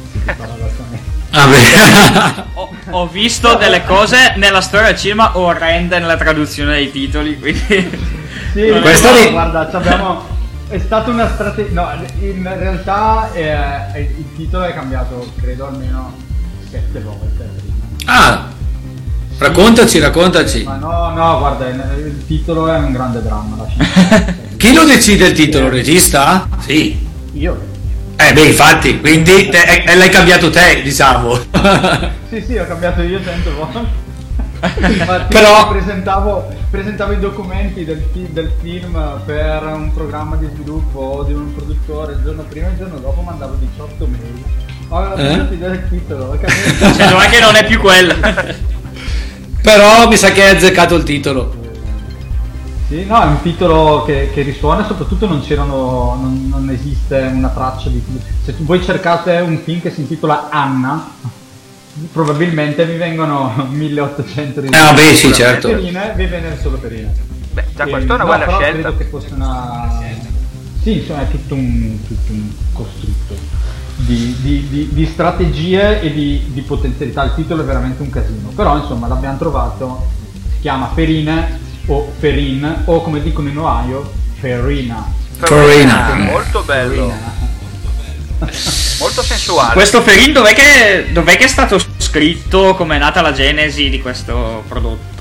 Ho visto delle cose nella storia del cinema orrende nella traduzione dei titoli, quindi sì, guarda, è stata una strategia. No, in realtà il titolo è cambiato credo almeno 7 volte prima. Raccontaci. Ma no, guarda, il titolo è un grande dramma. Chi lo decide il titolo? Regista? Sì. Io. Infatti, quindi l'hai cambiato te, diciamo. Sì, ho cambiato io 100 volte. Infatti però presentavo i documenti del film per un programma di sviluppo di un produttore il giorno prima e il giorno dopo mandavo 18 mail. Avevo pensato del titolo, cioè non è che non è più quello. Però mi sa che hai azzeccato il titolo. Sì, no, è un titolo che risuona, soprattutto non esiste una traccia di... Se voi cercate un film che si intitola Anna, probabilmente vi vengono 1800 risultati. Sì, certo. Perine, vi viene solo Perine. Beh, già questa è una buona scelta. Credo che fosse una... Sì, insomma, è tutto un costrutto di strategie e di potenzialità. Il titolo è veramente un casino, però insomma l'abbiamo trovato, si chiama Ferine o Ferin, o come dicono in Ohio, Ferina. Molto bello. Molto sensuale. Questo Ferin dov'è che è stato scritto? Com'è nata la genesi di questo prodotto?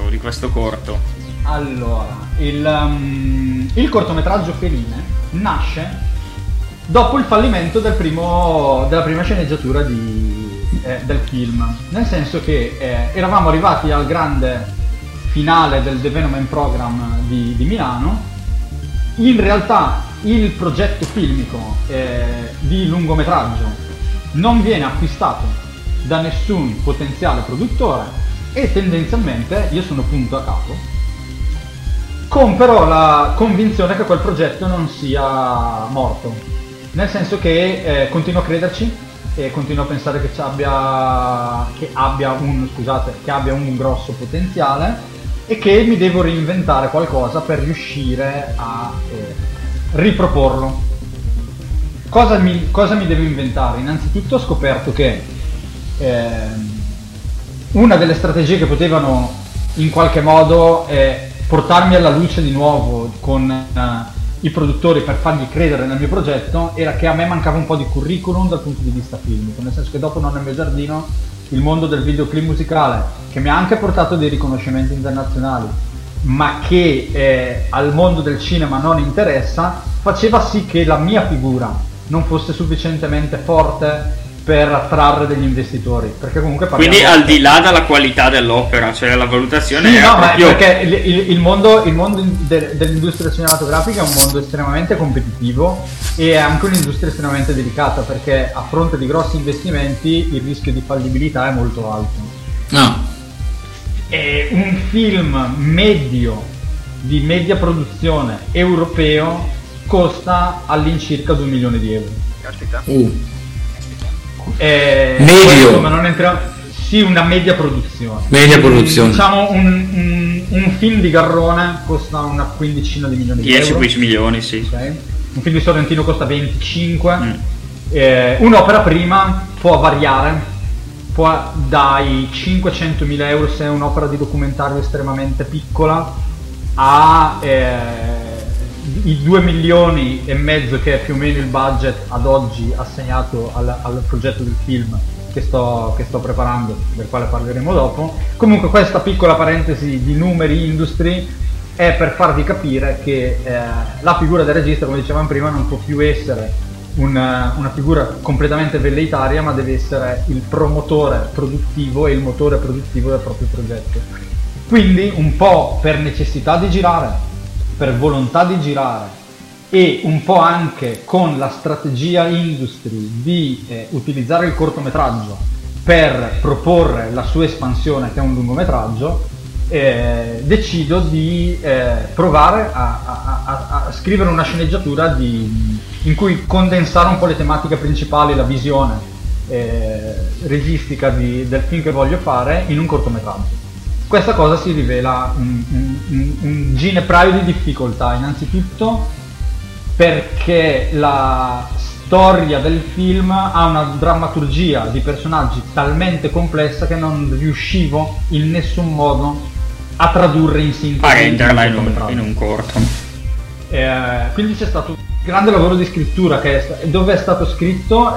di questo corto? Allora, il cortometraggio Feline nasce dopo il fallimento della prima sceneggiatura del film, nel senso che eravamo arrivati al grande finale del The Venom Man Program di Milano. In realtà il progetto filmico di lungometraggio non viene acquistato da nessun potenziale produttore e tendenzialmente io sono punto a capo, con però la convinzione che quel progetto non sia morto, nel senso che continuo a crederci e continuo a pensare che abbia un grosso potenziale e che mi devo reinventare qualcosa per riuscire a riproporlo. Cosa mi devo inventare? Innanzitutto ho scoperto che una delle strategie che potevano in qualche modo portarmi alla luce di nuovo con i produttori per fargli credere nel mio progetto era che a me mancava un po' di curriculum dal punto di vista filmico, nel senso che dopo Non nel mio giardino il mondo del videoclip musicale, che mi ha anche portato dei riconoscimenti internazionali, ma che al mondo del cinema non interessa, faceva sì che la mia figura non fosse sufficientemente forte per attrarre degli investitori, perché comunque quindi al di là della qualità dell'opera, cioè la valutazione sì, è proprio... perché il mondo dell'industria cinematografica è un mondo estremamente competitivo e è anche un'industria estremamente delicata, perché a fronte di grossi investimenti il rischio di fallibilità è molto alto. No. E un film medio di media produzione europeo costa all'incirca 2 milioni di euro. Caspita. Medio, ma non entriamo. Sì, una media produzione. Diciamo un film di Garrone costa una quindicina di milioni di euro. 10-15 milioni, sì. Okay. Un film di Sorrentino costa 25. Un'opera prima può variare, può dai 500.000 euro se è un'opera di documentario estremamente piccola a i 2 milioni e mezzo che è più o meno il budget ad oggi assegnato al progetto del film che sto preparando, del quale parleremo dopo. Comunque questa piccola parentesi di numeri industry è per farvi capire che la figura del regista, come dicevamo prima, non può più essere una figura completamente velleitaria, ma deve essere il promotore produttivo e il motore produttivo del proprio progetto. Quindi un po' per necessità di girare, per volontà di girare e un po' anche con la strategia industry di utilizzare il cortometraggio per proporre la sua espansione, che è un lungometraggio, decido di provare a scrivere una sceneggiatura in cui condensare un po' le tematiche principali, la visione registica del film che voglio fare in un cortometraggio. Questa cosa si rivela un ginepraio di difficoltà, innanzitutto perché la storia del film ha una drammaturgia di personaggi talmente complessa che non riuscivo in nessun modo a tradurre in sintesi, a renderla in un corto. Quindi c'è stato un grande lavoro di scrittura dove è stato scritto,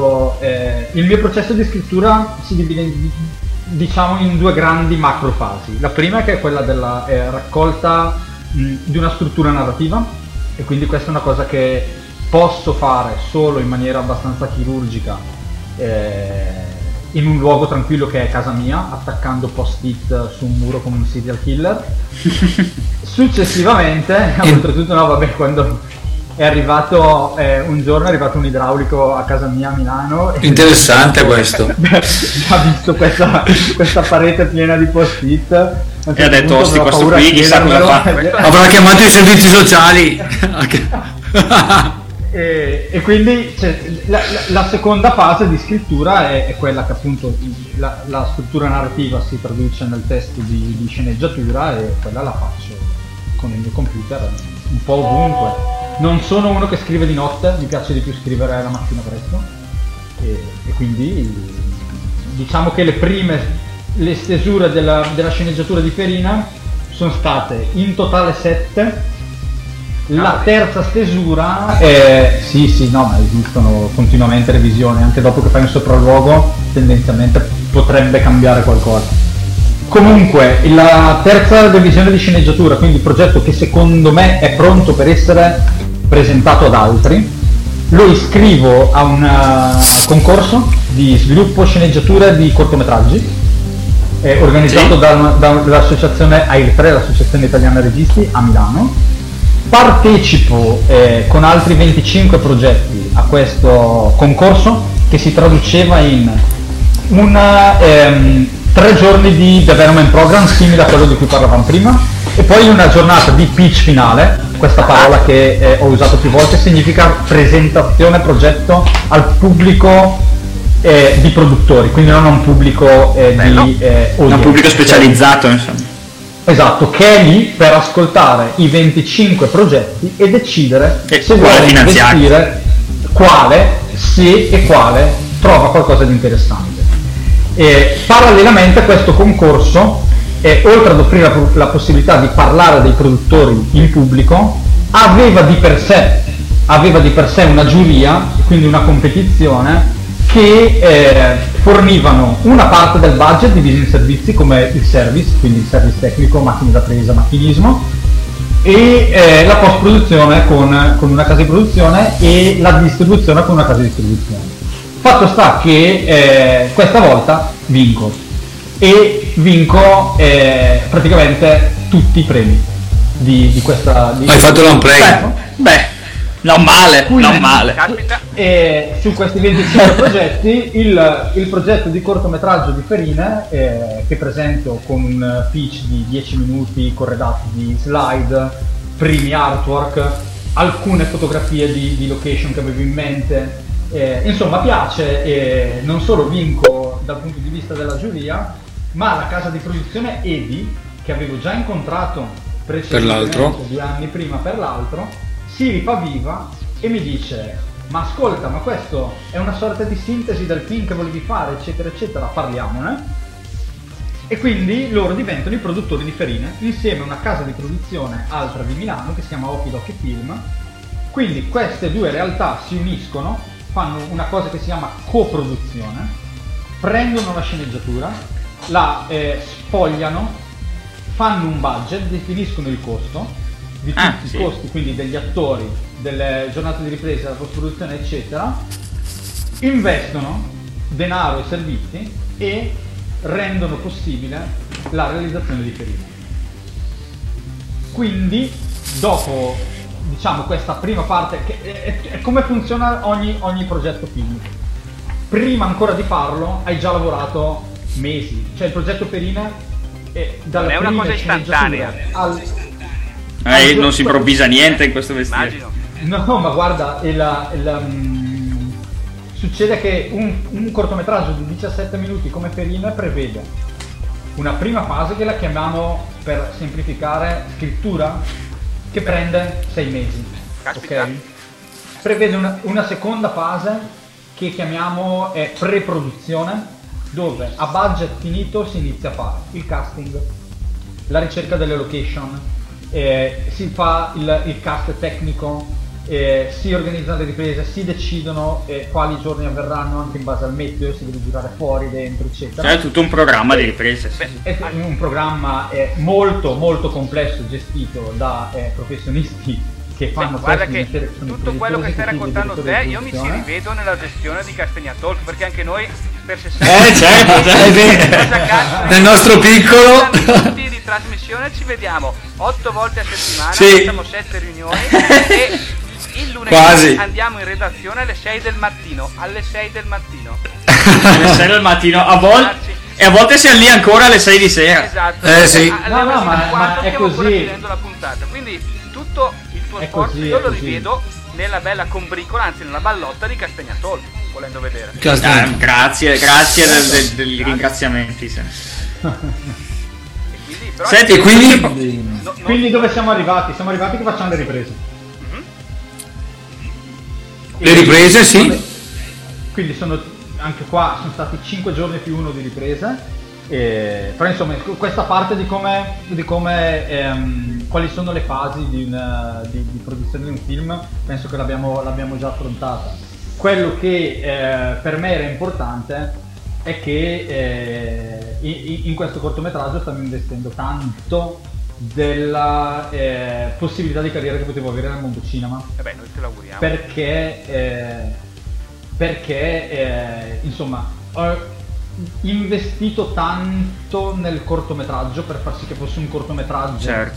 il mio processo di scrittura si divide diciamo in 2 grandi macrofasi. La prima che è quella della raccolta di una struttura narrativa, e quindi questa è una cosa che posso fare solo in maniera abbastanza chirurgica in un luogo tranquillo che è casa mia, attaccando post-it su un muro come un serial killer. Successivamente, oltretutto quando è arrivato un giorno è arrivato un idraulico a casa mia a Milano. Interessante questo. Ha visto questa parete piena di post-it e ha detto osti, questo qui chissà cosa fa. Avrà chiamato i servizi sociali. E quindi la seconda fase di scrittura è quella che appunto la struttura narrativa si traduce nel testo di sceneggiatura, e quella la faccio con il mio computer un po' ovunque. Non sono uno che scrive di notte, mi piace di più scrivere la mattina presto, e quindi diciamo che le stesure della sceneggiatura di Ferina sono state in totale 7. La terza stesura ma esistono continuamente revisioni, anche dopo che fai un sopralluogo tendenzialmente potrebbe cambiare qualcosa. Comunque, la terza revisione di sceneggiatura, quindi il progetto che secondo me è pronto per essere presentato ad altri, lo iscrivo a un concorso di sviluppo sceneggiatura di cortometraggi, organizzato dall'associazione AIR3, l'Associazione Italiana Registi, a Milano. Partecipo con altri 25 progetti a questo concorso, che si traduceva in 3 giorni di development program simile a quello di cui parlavamo prima, e poi una giornata di pitch finale. Questa parola che ho usato più volte significa presentazione progetto al pubblico di produttori, quindi non a un pubblico un pubblico specializzato, insomma. Esatto, che è lì per ascoltare i 25 progetti e decidere se vuole investire, quale, se e quale trova qualcosa di interessante. Parallelamente a questo concorso, oltre ad offrire la possibilità di parlare dei produttori in pubblico, aveva di per sé una giuria, quindi una competizione, che fornivano una parte del budget divisa in servizi come il service, quindi il service tecnico, macchine da presa, macchinismo, e la post produzione con una casa di produzione e la distribuzione con una casa di distribuzione. Fatto sta che questa volta vinco praticamente tutti i premi di questa. Hai fatto l'on play? Beh, non male. Su questi 25 progetti il progetto di cortometraggio di Ferine, che presento con un pitch di 10 minuti corredati di slide, primi artwork, alcune fotografie di location che avevo in mente. Insomma, piace, non solo vinco dal punto di vista della giuria, ma la casa di produzione Edi, che avevo già incontrato precedentemente 2 anni prima per l'altro, si rifà viva e mi dice: ma ascolta, ma questo è una sorta di sintesi del film che volevi fare, eccetera eccetera, parliamone. E quindi loro diventano i produttori di Ferine, insieme a una casa di produzione altra di Milano che si chiama Okidoki Film. Quindi queste due realtà si uniscono, fanno una cosa che si chiama coproduzione, prendono la sceneggiatura, la sfogliano, fanno un budget, definiscono il costo di tutti i costi, quindi degli attori, delle giornate di ripresa, della post-produzione eccetera, investono denaro e servizi e rendono possibile la realizzazione di Ferine. Quindi dopo, diciamo, questa prima parte, che è come funziona ogni progetto film. Prima ancora di farlo hai già lavorato mesi, cioè il progetto Ferine non è una cosa istantanea. Non si improvvisa niente in questo mestiere. Immagino. No, ma guarda, succede che un cortometraggio di 17 minuti come Ferine prevede una prima fase che la chiamiamo, per semplificare, scrittura, che prende 6 mesi. Caspita. Ok? Prevede una seconda fase che chiamiamo pre-produzione, dove a budget finito si inizia a fare il casting, la ricerca delle location, si fa il cast tecnico, si organizzano le riprese, si decidono quali giorni avverranno anche in base al meteo, si deve girare fuori, dentro, eccetera. Cioè è tutto un programma di riprese. È un programma molto molto complesso, gestito da professionisti che fanno guarda che tutto quello che stai raccontando te, io mi ci rivedo nella gestione di Castagna Talk, perché anche noi per 60 certo. Nel nostro piccolo minuti di trasmissione ci vediamo 8 volte a settimana, facciamo 7 riunioni e il lunedì andiamo in redazione alle 6 del mattino. Alle 6 del mattino. Alle 6 del mattino, e a volte siamo lì ancora alle 6 di sera. Esatto. Sì. Ma è così. La puntata. Quindi tutto il tuo sforzo io lo rivedo nella bella combricola, anzi nella ballotta di Castagna Talk, volendo vedere. Grazie dei ringraziamenti. Senti, quindi dove siamo arrivati? Siamo arrivati che facciamo le riprese. Le riprese, sì. Quindi anche qua sono stati 5 giorni più 1 di riprese. Però insomma questa parte di come quali sono le fasi di produzione di un film penso che l'abbiamo già affrontata. Quello che per me era importante è che in questo cortometraggio stiamo investendo tanto della possibilità di carriera che potevo avere nel mondo cinema. Noi te l'auguriamo. Perché insomma ho investito tanto nel cortometraggio per far sì che fosse un cortometraggio, certo,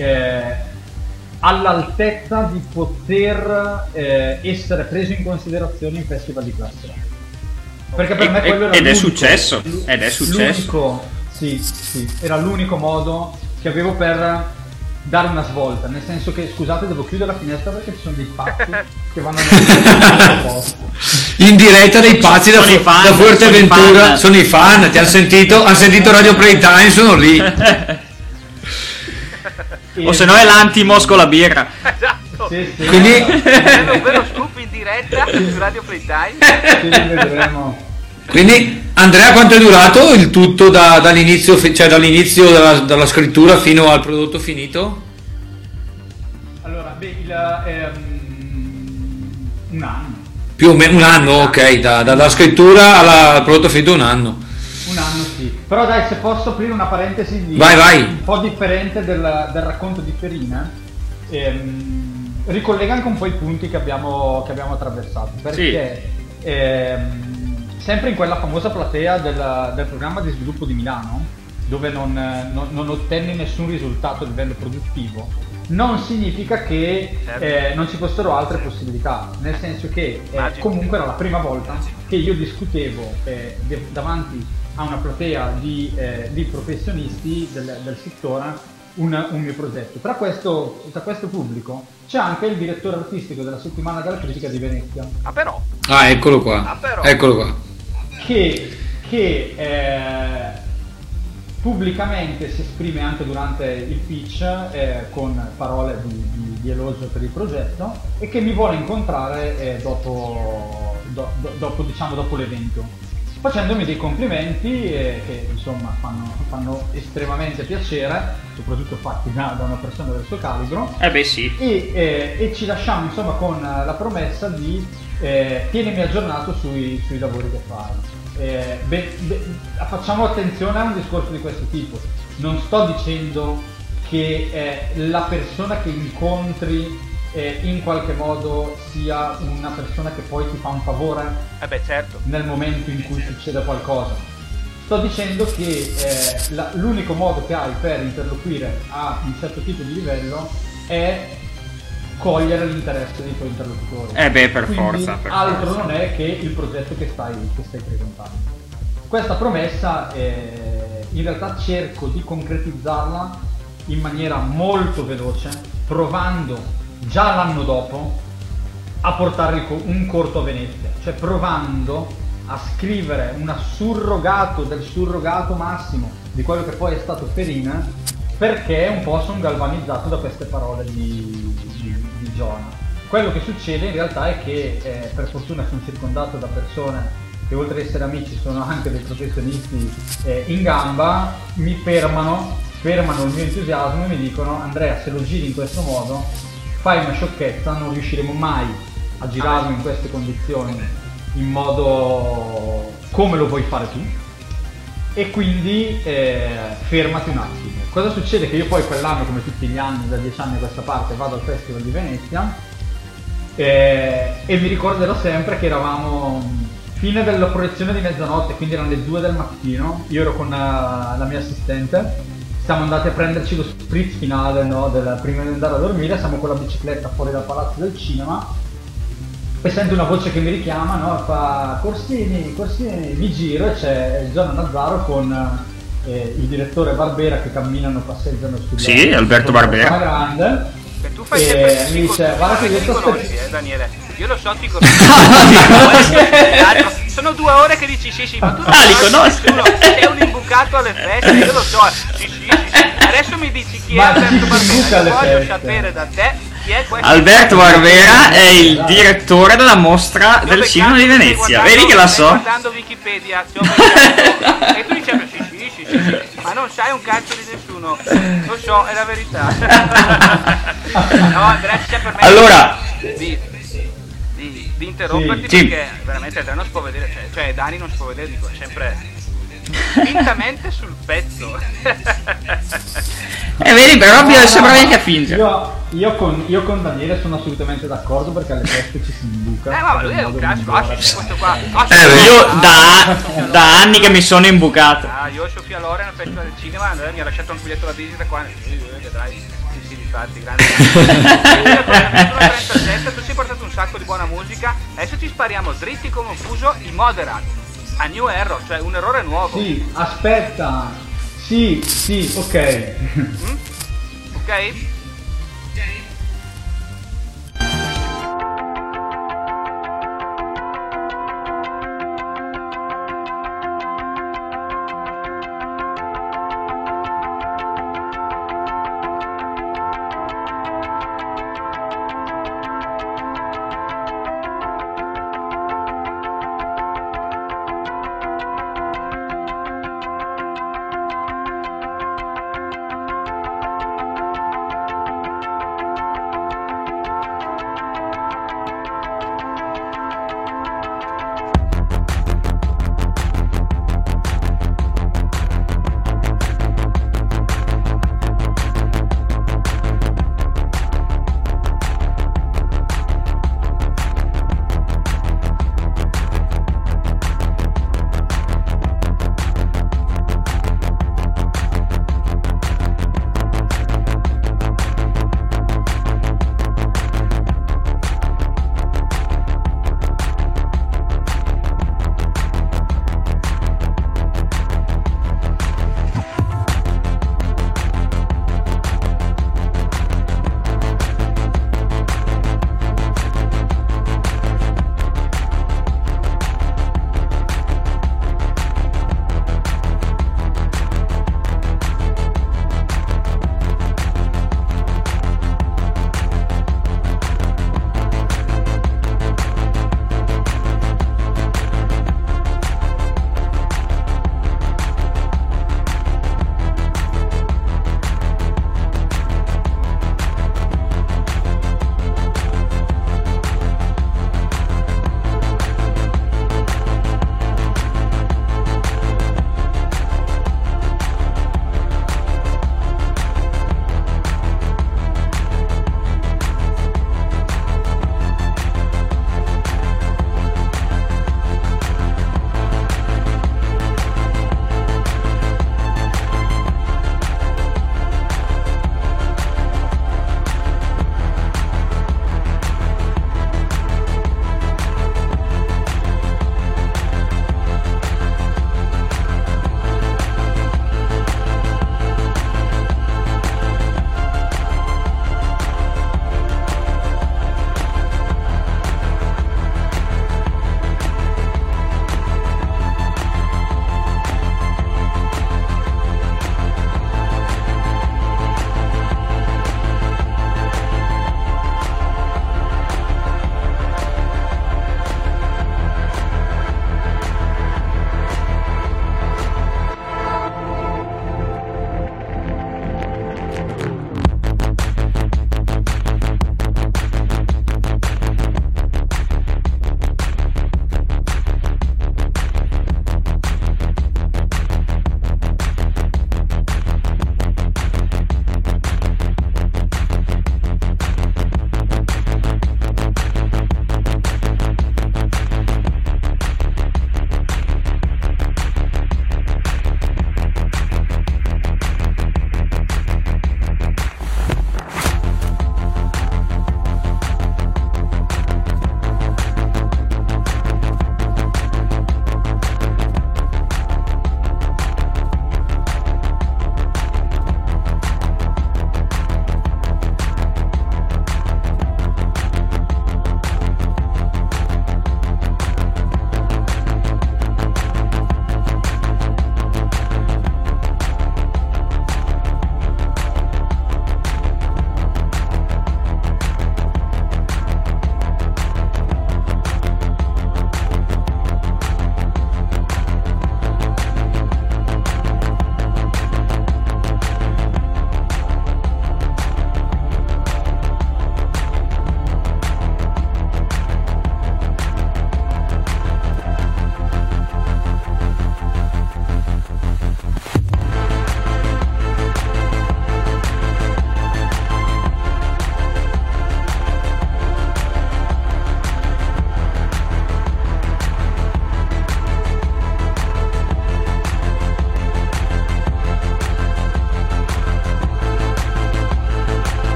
all'altezza di poter essere preso in considerazione in festival di classe. Perché per me quello era ed è successo. Sì, era l'unico modo che avevo per dare una svolta, nel senso che, scusate, devo chiudere la finestra perché ci sono dei pazzi che vanno nel posto. In diretta dei pazzi da Fuerteventura, sono i fan, ti hanno sentito Radio Playtime, sono lì. O se no è l'Antimos con la birra. Esatto. Sì. Quindi è un vero scoop in diretta su Radio Playtime. Sì, vedremo. Quindi Andrea, quanto è durato il tutto dall'inizio dalla scrittura fino al prodotto finito? Allora, un anno. Più o meno un anno, ok, dalla scrittura al prodotto finito un anno. Un anno, sì. Però dai, se posso aprire una parentesi vai. Un po' differente del racconto di Ferina, ricollega anche un po' i punti che abbiamo attraversato, perché sempre in quella famosa platea del programma di sviluppo di Milano, dove non ottenni nessun risultato a livello produttivo, non significa che non ci fossero altre possibilità, nel senso che comunque era la prima volta che io discutevo davanti a una platea di professionisti del settore un mio progetto. Tra questo pubblico c'è anche il direttore artistico della settimana della critica di Venezia. Eccolo qua. Che pubblicamente si esprime anche durante il pitch con parole di elogio per il progetto, e che mi vuole incontrare dopo l'evento, facendomi dei complimenti che insomma fanno estremamente piacere, soprattutto fatti da una persona del suo calibro. Sì. E ci lasciamo insomma con la promessa di tienimi aggiornato sui lavori che fai. Facciamo attenzione a un discorso di questo tipo. Non sto dicendo che la persona che incontri in qualche modo sia una persona che poi ti fa un favore certo, nel momento in cui succede qualcosa. Sto dicendo che l'unico modo che hai per interloquire a un certo tipo di livello è cogliere l'interesse dei tuoi interlocutori. Per forza. Altro non è che il progetto che stai presentando. Questa promessa in realtà cerco di concretizzarla in maniera molto veloce, provando già l'anno dopo a portare un corto a Venezia, cioè provando a scrivere un surrogato del surrogato massimo di quello che poi è stato Ferina, perché un po' sono galvanizzato da queste parole di Giona. Quello che succede in realtà è che per fortuna sono circondato da persone che oltre ad essere amici sono anche dei professionisti in gamba, mi fermano il mio entusiasmo e mi dicono: Andrea, se lo giri in questo modo fai una sciocchezza, non riusciremo mai a girarlo in queste condizioni in modo come lo vuoi fare tu, e quindi fermati un attimo. Cosa succede? Che io poi quell'anno, come tutti gli anni, da 10 anni a questa parte, vado al Festival di Venezia e mi ricorderò sempre che eravamo fine della proiezione di mezzanotte, quindi erano le 2 del mattino, io ero con la mia assistente, siamo andati a prenderci lo spritz finale, no, prima di andare a dormire, siamo con la bicicletta fuori dal palazzo del cinema e sento una voce che mi richiama, no, fa Corsini, mi giro e c'è Gianna Nazzaro con il direttore Barbera che camminano, passeggiano sul Alberto Barbera grande, e tu fai sempre mi dice: guarda che io sto Daniele, io lo so, ti conosco. Sono 2 ore che dici sì, ma tu non conosci nessuno, sei un imbucato alle feste, io lo so, sì. Adesso mi dici chi è Alberto Barbera, voglio sapere da te chi è questo. Alberto Barbera è il direttore della mostra del cinema di Venezia, vedi che la so. Guardando Wikipedia, e tu dicevi sì, ma non sai un cazzo di nessuno, lo so, è la verità. No, Andrea, c'è per me allora di interromperti Sì. perché veramente Andrea non si può vedere, cioè Dani non si può vedere, dico, è sempre fintamente sul pezzo. Vedi, però sembra anche a fingere. Io con Daniele sono assolutamente d'accordo perché alle feste ci si imbuca. Ma lui è un classico, questo qua. Io da anni che mi sono imbucato. Io ho Sofia Loren al Festival del Cinema, Andrea mi ha lasciato un biglietto da visita qua, vedrai, sì, infatti, grande. 37, tu ci hai portato un sacco di buona musica, adesso ci spariamo dritti come un fuso i Moderat, a New Error, cioè un errore nuovo. Sì, aspetta. Sì, ok. Ok?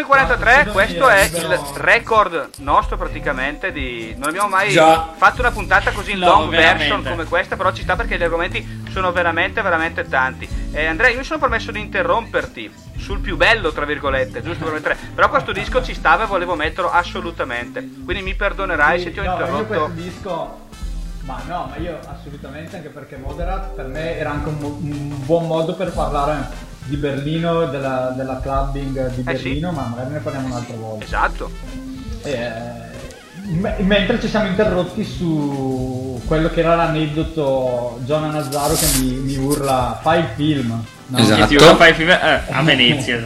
1:43, questo è il record nostro praticamente non abbiamo mai fatto una puntata così long version come questa, però ci sta perché gli argomenti sono veramente veramente tanti. Andrea, io mi sono permesso di interromperti sul più bello tra virgolette, giusto per mettere, però questo disco ci stava e volevo metterlo assolutamente, quindi mi perdonerai se ti ho interrotto. Io questo disco, ma io assolutamente, anche perché Moderat per me era anche un buon modo per parlare di Berlino, della clubbing di Berlino, sì. Ma magari ne parliamo un'altra volta. Esatto. Mentre ci siamo interrotti su quello che era l'aneddoto Giona Nazzaro che mi urla fai il film, no? Esatto. Che ti urla fai il film a Venezia.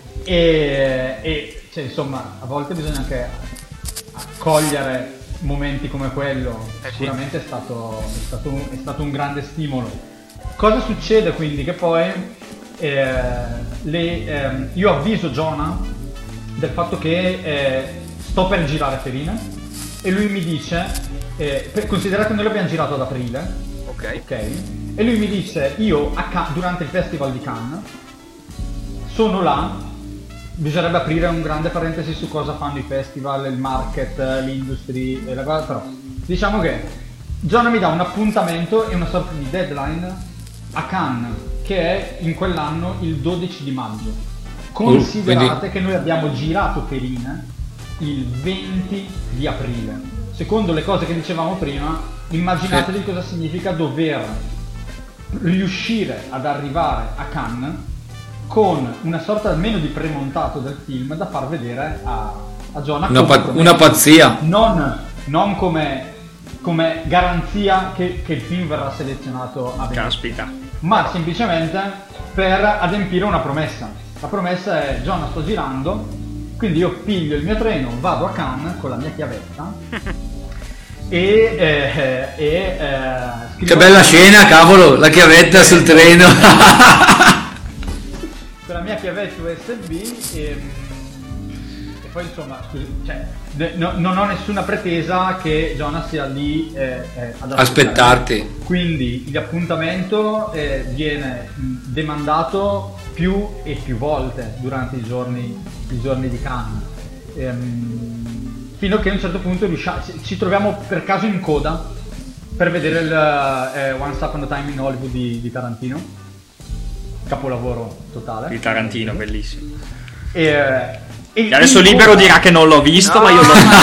e cioè, insomma, a volte bisogna anche accogliere momenti come quello. Sicuramente sì. è stato un grande stimolo. Cosa succede quindi? Che poi io avviso Giona del fatto che sto per girare Ferine e lui mi dice, considerate che noi l'abbiamo girato ad aprile, ok, e lui mi dice, io durante il festival di Cannes sono là, bisognerebbe aprire un grande parentesi su cosa fanno i festival, il market, l'industry e la cosa, però diciamo che Giona mi dà un appuntamento e una sorta di deadline a Cannes che è in quell'anno il 12 di maggio. Considerate che noi abbiamo girato Ferine il 20 di aprile. Secondo le cose che dicevamo prima, immaginatevi sì. Cosa significa dover riuscire ad arrivare a Cannes con una sorta almeno di premontato del film da far vedere a Giona. Una pazzia. Non come garanzia che il film verrà selezionato a Venezia. Caspita. Ma semplicemente per adempiere una promessa. La promessa è: Giona, sto girando, quindi io piglio il mio treno, vado a Cannes con la mia chiavetta e che bella scena, cavolo, la chiavetta sul treno. Con la mia chiavetta USB e poi insomma, cioè, non ho nessuna pretesa che Giona sia lì ad aspettarti. Quindi l'appuntamento viene demandato più e più volte durante i giorni di Cannes, fino a che a un certo punto ci troviamo per caso in coda per vedere il Once Upon a Time in Hollywood di Tarantino, capolavoro totale di Tarantino, bellissimo. E adesso Libero dirà che non l'ho visto, ma io l'ho visto.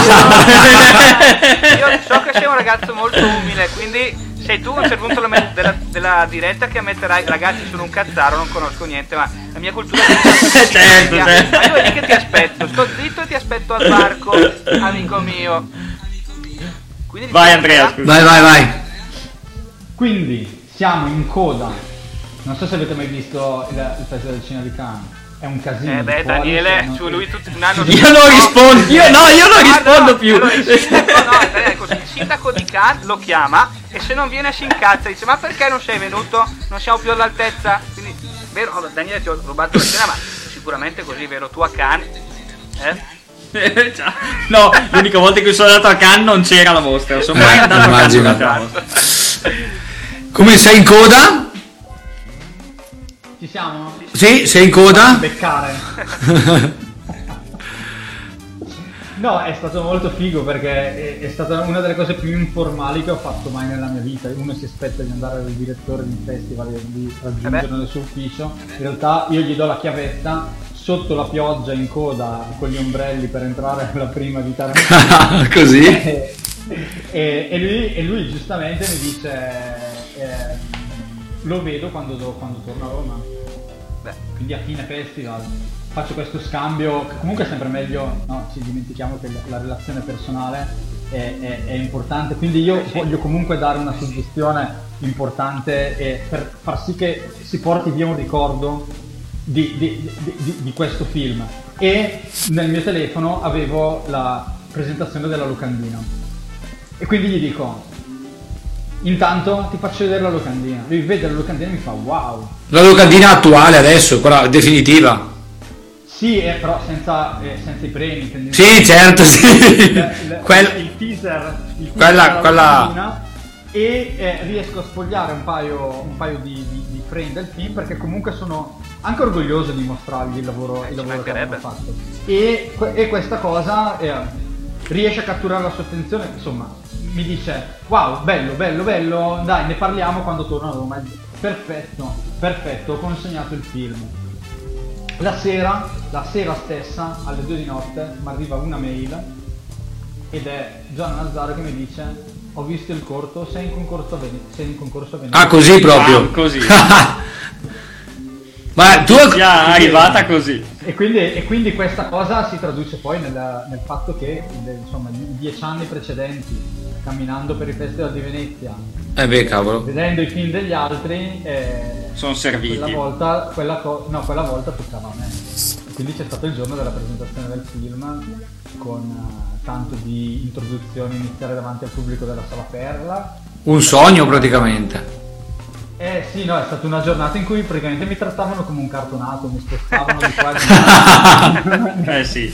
Io so che sei un ragazzo molto umile, quindi sei tu a un certo punto della diretta che ammetterai: ragazzi, sono un cazzaro, non conosco niente, ma la mia cultura certo. Ma io è lì che ti aspetto, sto zitto e ti aspetto al varco, amico mio. Quindi vai Andrea, scusa. Vai. Quindi siamo in coda. Non so se avete mai visto il Festival del Cinema di Cannes. È un casino. Daniele, su lui tutto un anno. Io non rispondo, io non rispondo più. Allora, il sindaco di Cannes lo chiama e se non viene si incazza, dice: ma perché non sei venuto? Non siamo più all'altezza. Quindi, vero, Daniele, ti ho rubato la scena, ma sicuramente così, vero, tu a Cannes. No, l'unica volta che sono andato a Cannes non c'era la mostra, sono mai andato a Cannes. Come sei in coda? Ci siamo? Sì, sei in coda? Beccare. No, è stato molto figo perché è stata una delle cose più informali che ho fatto mai nella mia vita. Uno si aspetta di andare dal direttore di un festival e di raggiungerlo nel suo ufficio. In realtà io gli do la chiavetta sotto la pioggia in coda con gli ombrelli per entrare alla prima di Tarantino. Così? E lui giustamente mi dice lo vedo quando torno a Roma. Quindi a fine festival faccio questo scambio, che comunque è sempre meglio, no? Ci dimentichiamo che la relazione personale è importante, quindi io voglio comunque dare una suggestione importante per far sì che si porti via un ricordo di questo film. E nel mio telefono avevo la presentazione della locandina e quindi gli dico: intanto ti faccio vedere la locandina. Lui vede la locandina e mi fa: wow. La locandina attuale adesso, quella definitiva. Sì, però senza i premi. Sì, certo, sì. Il teaser quella e riesco a sfogliare un paio di frame del film, perché comunque sono anche orgoglioso di mostrargli il lavoro che hanno fatto. E questa cosa riesce a catturare la sua attenzione, insomma, mi dice wow, bello, dai, ne parliamo quando torno a Roma. Perfetto, ho consegnato il film. La sera stessa, alle 2 di notte, mi arriva una mail ed è Gian Nazzaro che mi dice: ho visto il corto, sei in concorso a Venezia. Ah, così proprio? Così. Ma tu è arrivata così. E quindi questa cosa si traduce poi nel fatto che, insomma, i 10 anni precedenti, camminando per il Festival di Venezia, cavolo, vedendo i film degli altri, sono serviti. Quella volta toccava a me. E quindi c'è stato il giorno della presentazione del film, con tanto di introduzione, iniziare davanti al pubblico della Sala Perla. Un sogno praticamente. Sì, no, è stata una giornata in cui praticamente mi trattavano come un cartonato, mi spostavano di qua e di là. Sì.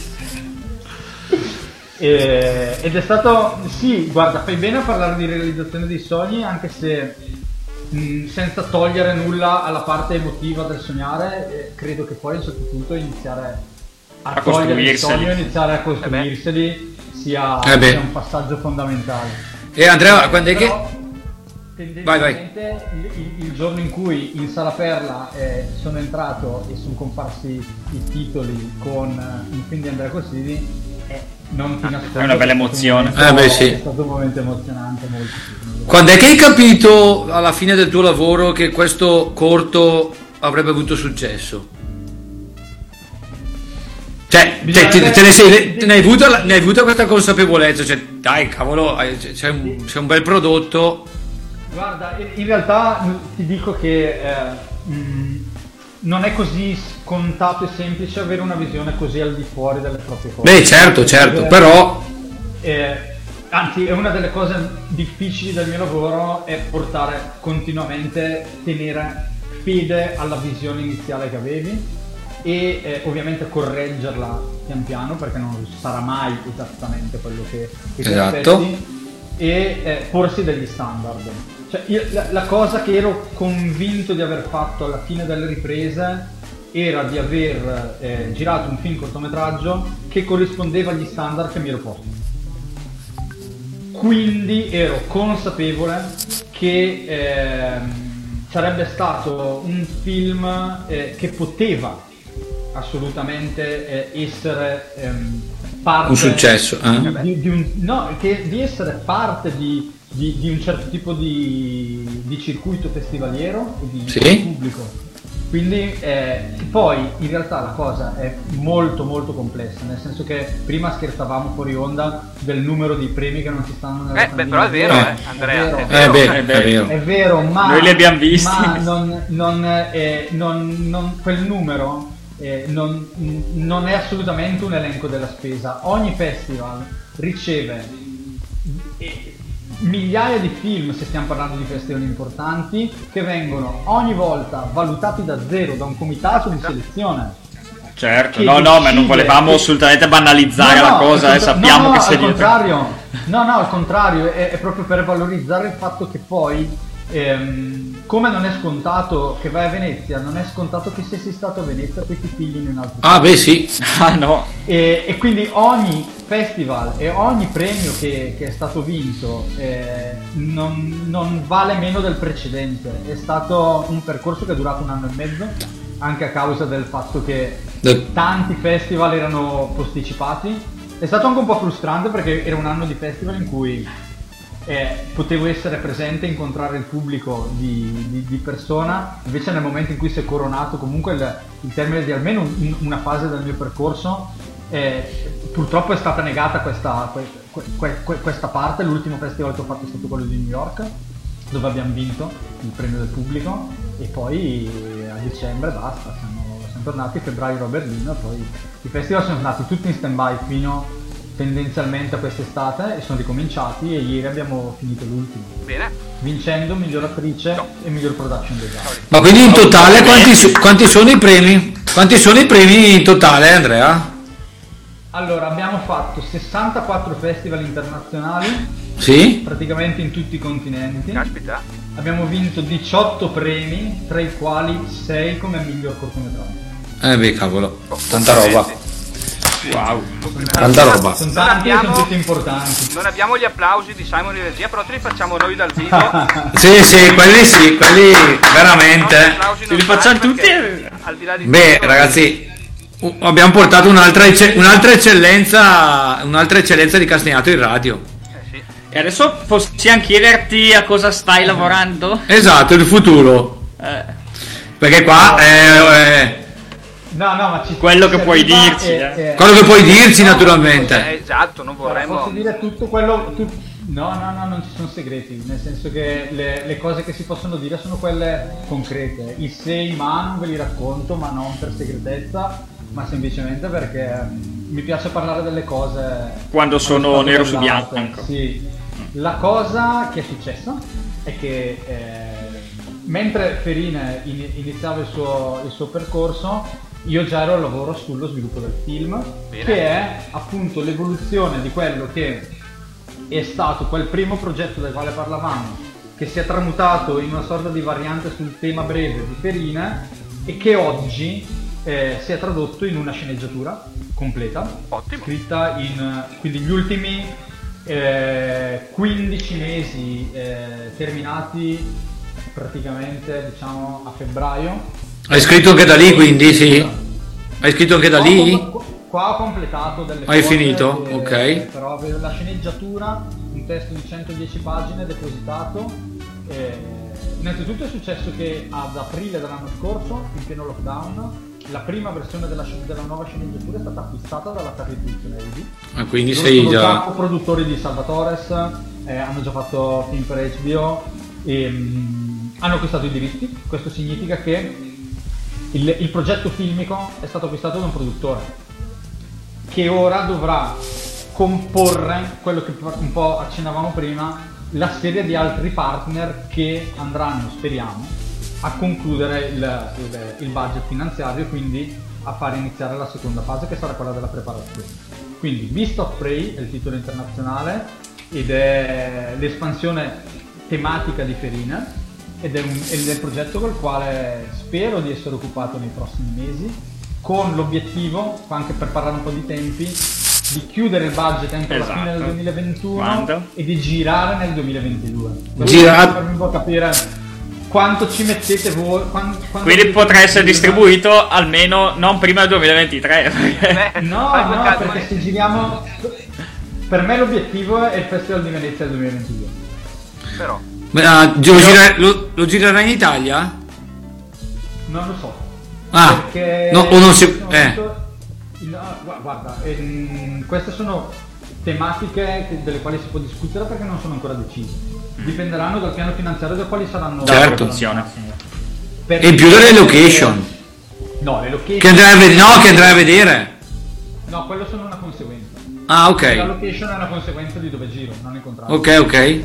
Ed è stato, sì, guarda, fai bene a parlare di realizzazione dei sogni, anche se senza togliere nulla alla parte emotiva del sognare, credo che poi a un certo punto iniziare a togliere il sogno, iniziare a costruirseli sia un passaggio fondamentale. E Andrea, quando è che... Tendenzialmente il giorno in cui in Sala Perla sono entrato e sono comparsi i titoli con un film di Andrea Cossini, non ti nascondo, è una bella emozione. Sì. È stato un momento emozionante, molto. Quando è che hai capito alla fine del tuo lavoro che questo corto avrebbe avuto successo? Cioè, ne hai avuto questa consapevolezza? Cioè, dai, cavolo, c'è un bel prodotto. Guarda, in realtà ti dico che non è così scontato e semplice avere una visione così al di fuori delle proprie cose. Beh, certo, però... Anzi, è una delle cose difficili del mio lavoro, è portare continuamente, tenere fede alla visione iniziale che avevi e ovviamente correggerla pian piano, perché non sarà mai esattamente quello che ti aspetti, e porsi degli standard. Cioè, la cosa che ero convinto di aver fatto alla fine delle riprese era di aver girato un film cortometraggio che corrispondeva agli standard che mi ero posto. Quindi ero consapevole che sarebbe stato un film che poteva assolutamente essere parte un successo, di essere parte di un certo tipo di circuito festivaliero e di pubblico. Quindi poi in realtà la cosa è molto molto complessa, nel senso che prima scherzavamo fuori onda del numero di premi che non ci stanno nella però è vero, Andrea. È vero, ma noi li abbiamo visti. Ma quel numero non è assolutamente un elenco della spesa. Ogni festival riceve migliaia di film, se stiamo parlando di festival importanti, che vengono ogni volta valutati da zero da un comitato di selezione. Certo, ma non volevamo assolutamente banalizzare la cosa, sappiamo che sei dietro. Al contrario, è proprio per valorizzare il fatto che poi come non è scontato che vai a Venezia, non è scontato che se sei stato a Venezia poi ti figli in un altro no. E quindi ogni festival e ogni premio che è stato vinto non vale meno del precedente. È stato un percorso che è durato 1 anno e mezzo, anche a causa del fatto che tanti festival erano posticipati. È stato anche un po' frustrante perché era un anno di festival in cui potevo essere presente, incontrare il pubblico di persona, invece nel momento in cui si è coronato comunque il termine di almeno una fase del mio percorso, purtroppo è stata negata questa parte. L'ultimo festival che ho fatto è stato quello di New York, dove abbiamo vinto il premio del pubblico, e poi a dicembre basta, siamo tornati, febbraio ero a Berlino, e poi i festival sono andati tutti in stand-by fino tendenzialmente a quest'estate e sono ricominciati, e ieri abbiamo finito l'ultimo. Bene. Vincendo miglior attrice e miglior production design. Ma quindi in totale quanti sono i premi? Quanti sono i premi in totale, Andrea? Allora, abbiamo fatto 64 festival internazionali Sì? praticamente in tutti i continenti. Caspita. Abbiamo vinto 18 premi, tra i quali 6 come miglior cortometraggio. Beh, cavolo, tanta roba. Wow. Tanta roba. Sono tanti e sono tutti importanti. Non abbiamo gli applausi di Simon in regia, però te li facciamo noi dal vivo. Sì, quelli veramente. Se li facciamo tutti. Al di là di Beh, tutto, ragazzi, abbiamo portato un'altra eccellenza di Castagnato in radio. sì. E adesso possiamo chiederti a cosa stai lavorando? Esatto, il futuro. Perché qua No, ma quello che puoi dirci, quello che puoi dirci naturalmente. Esatto, non vorremmo. Posso dire tutto quello. No, non ci sono segreti, nel senso che le cose che si possono dire sono quelle concrete. I sei ma non ve li racconto, ma non per segretezza, ma semplicemente perché mi piace parlare delle cose quando sono nero su bianco. Sì. La cosa che è successa è che mentre Ferine iniziava il suo percorso, io già ero al lavoro sullo sviluppo del film. Bene. Che è appunto l'evoluzione di quello che è stato quel primo progetto del quale parlavamo, che si è tramutato in una sorta di variante sul tema breve di Ferine e che oggi si è tradotto in una sceneggiatura completa. Ottimo. Scritta in quindi gli ultimi 15 mesi terminati praticamente, diciamo, a febbraio. Hai scritto anche da lì, quindi sì? Hai scritto anche da lì? Qua ho completato delle cose. Hai finito? Ok. Però avevo la sceneggiatura, un testo di 110 pagine depositato. Innanzitutto è successo che ad aprile dell'anno scorso, in pieno lockdown, la prima versione della nuova sceneggiatura è stata acquistata dalla casa di produzione Eddie. Quindi Loro sei sono già produttori di Salvatores, hanno già fatto film per HBO e hanno acquistato i diritti. Questo significa che il progetto filmico è stato acquistato da un produttore che ora dovrà comporre quello che un po' accennavamo prima, la serie di altri partner che andranno, speriamo, a concludere il budget finanziario e quindi a fare iniziare la seconda fase, che sarà quella della preparazione. Quindi Beast of Prey è il titolo internazionale ed è l'espansione tematica di Ferine ed è il progetto col quale spero di essere occupato nei prossimi mesi, con l'obiettivo, anche per parlare un po' di tempi, di chiudere il budget entro la fine del 2021 e di girare nel 2022. Per farmi un po' capire quanto ci mettete voi. Quindi potrà essere distribuito almeno non prima del 2023. No, perché se giriamo, per me l'obiettivo è il Festival di Venezia del 2022. Però lo girerà in Italia? Non lo so. Perché no, o non si guarda, queste sono tematiche delle quali si può discutere perché non sono ancora decise. Dipenderanno dal piano finanziario da quali saranno. Certo. E in più delle location. No, le location. Che andrai a vedere. No, quello sono una conseguenza. Ah, ok. La location è una conseguenza di dove giro, non il contrario. Ok.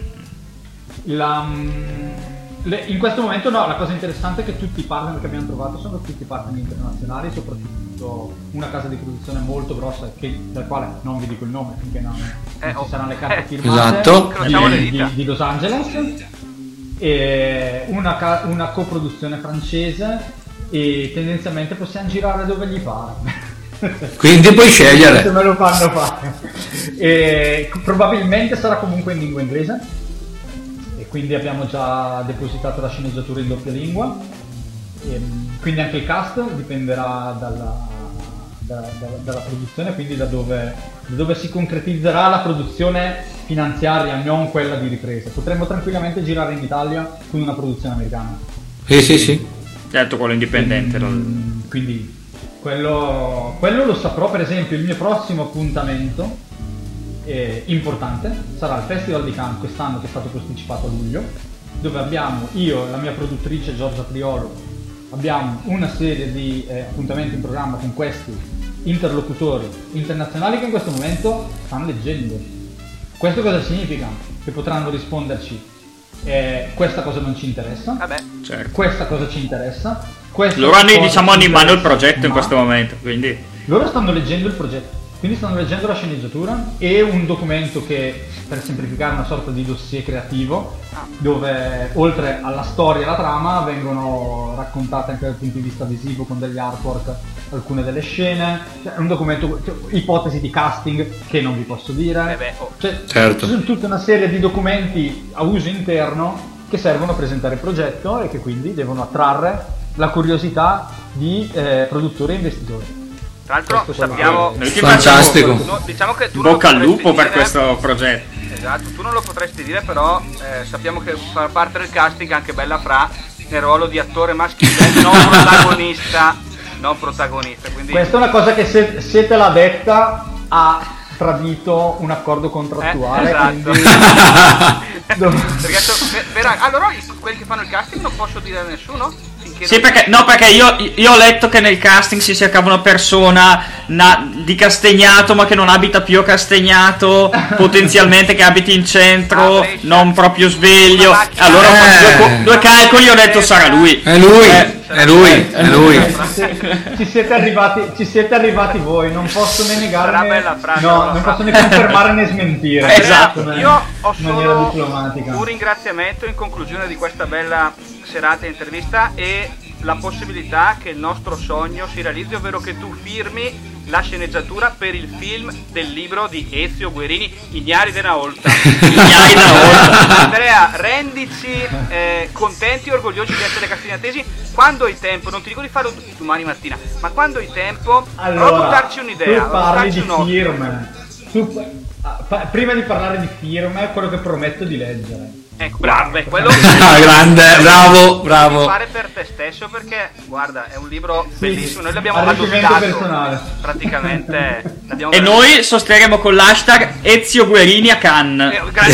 In questo momento no, la cosa interessante è che tutti i partner che abbiamo trovato sono tutti partner internazionali, soprattutto una casa di produzione molto grossa del quale non vi dico il nome finché non ci saranno le carte firmate, esatto. di Los Angeles, e una coproduzione francese, e tendenzialmente possiamo girare dove gli pare. Quindi puoi scegliere. Se me lo fanno fare. E probabilmente sarà comunque in lingua inglese. Quindi abbiamo già depositato la sceneggiatura in doppia lingua, quindi anche il cast dipenderà dalla produzione, quindi da dove si concretizzerà la produzione finanziaria, non quella di ripresa. Potremmo tranquillamente girare in Italia con una produzione americana. Sì. Certo, quello indipendente. Quindi quello lo saprò. Per esempio il mio prossimo appuntamento importante sarà il Festival di Cannes quest'anno, che è stato posticipato a luglio, dove abbiamo io e la mia produttrice Giorgia Priolo, abbiamo una serie di appuntamenti in programma con questi interlocutori internazionali che in questo momento stanno leggendo. Questo cosa significa? Che potranno risponderci questa cosa non ci interessa, certo. Questa cosa ci interessa, loro hanno, diciamo, in mano il progetto in questo momento, quindi loro stanno leggendo il progetto. Quindi stanno leggendo la sceneggiatura e un documento che, per semplificare, è una sorta di dossier creativo, dove oltre alla storia e alla trama vengono raccontate anche dal punto di vista visivo con degli artwork alcune delle scene. È un documento, ipotesi di casting che non vi posso dire. Certo. Ci sono tutta una serie di documenti a uso interno che servono a presentare il progetto e che quindi devono attrarre la curiosità di produttori e investitori. Tra l'altro sappiamo, fantastico. Diciamo che tu bocca al lupo per questo progetto. Esatto, tu non lo potresti dire, però sappiamo che fa parte del casting anche Bella Fra nel ruolo di attore maschile, non protagonista. Quindi... Questa è una cosa che se te l'ha detta ha tradito un accordo contrattuale. Esatto. Quindi... allora quelli che fanno il casting non posso dire a nessuno? Sì, perché io ho letto che nel casting si cercava una persona di Castagnato ma che non abita più a Castagnato, potenzialmente che abiti in centro, non proprio sveglio. Allora ho fatto due calcoli e ho detto sarà lui. È lui. Ci siete arrivati voi, non posso né negare non posso né confermare né smentire. Esatto. Io ho solo un ringraziamento in conclusione di questa bella serata intervista e la possibilità che il nostro sogno si realizzi, ovvero che tu firmi la sceneggiatura per il film del libro di Ezio Guerini, Ignari della Olta. Andrea, rendici contenti e orgogliosi di essere castignatesi. Quando hai tempo, non ti dico di farlo domani mattina, ma quando hai tempo, prova a darci un'idea. Tu parli di firme. Prima di parlare di firme, quello che prometto di leggere. Ecco, bravo, quello grande, bravo. Fare per te stesso, perché guarda, è un libro bellissimo. Noi l'abbiamo adottato praticamente. E noi sosterremo con l'hashtag Ezio Guerini a Cannes.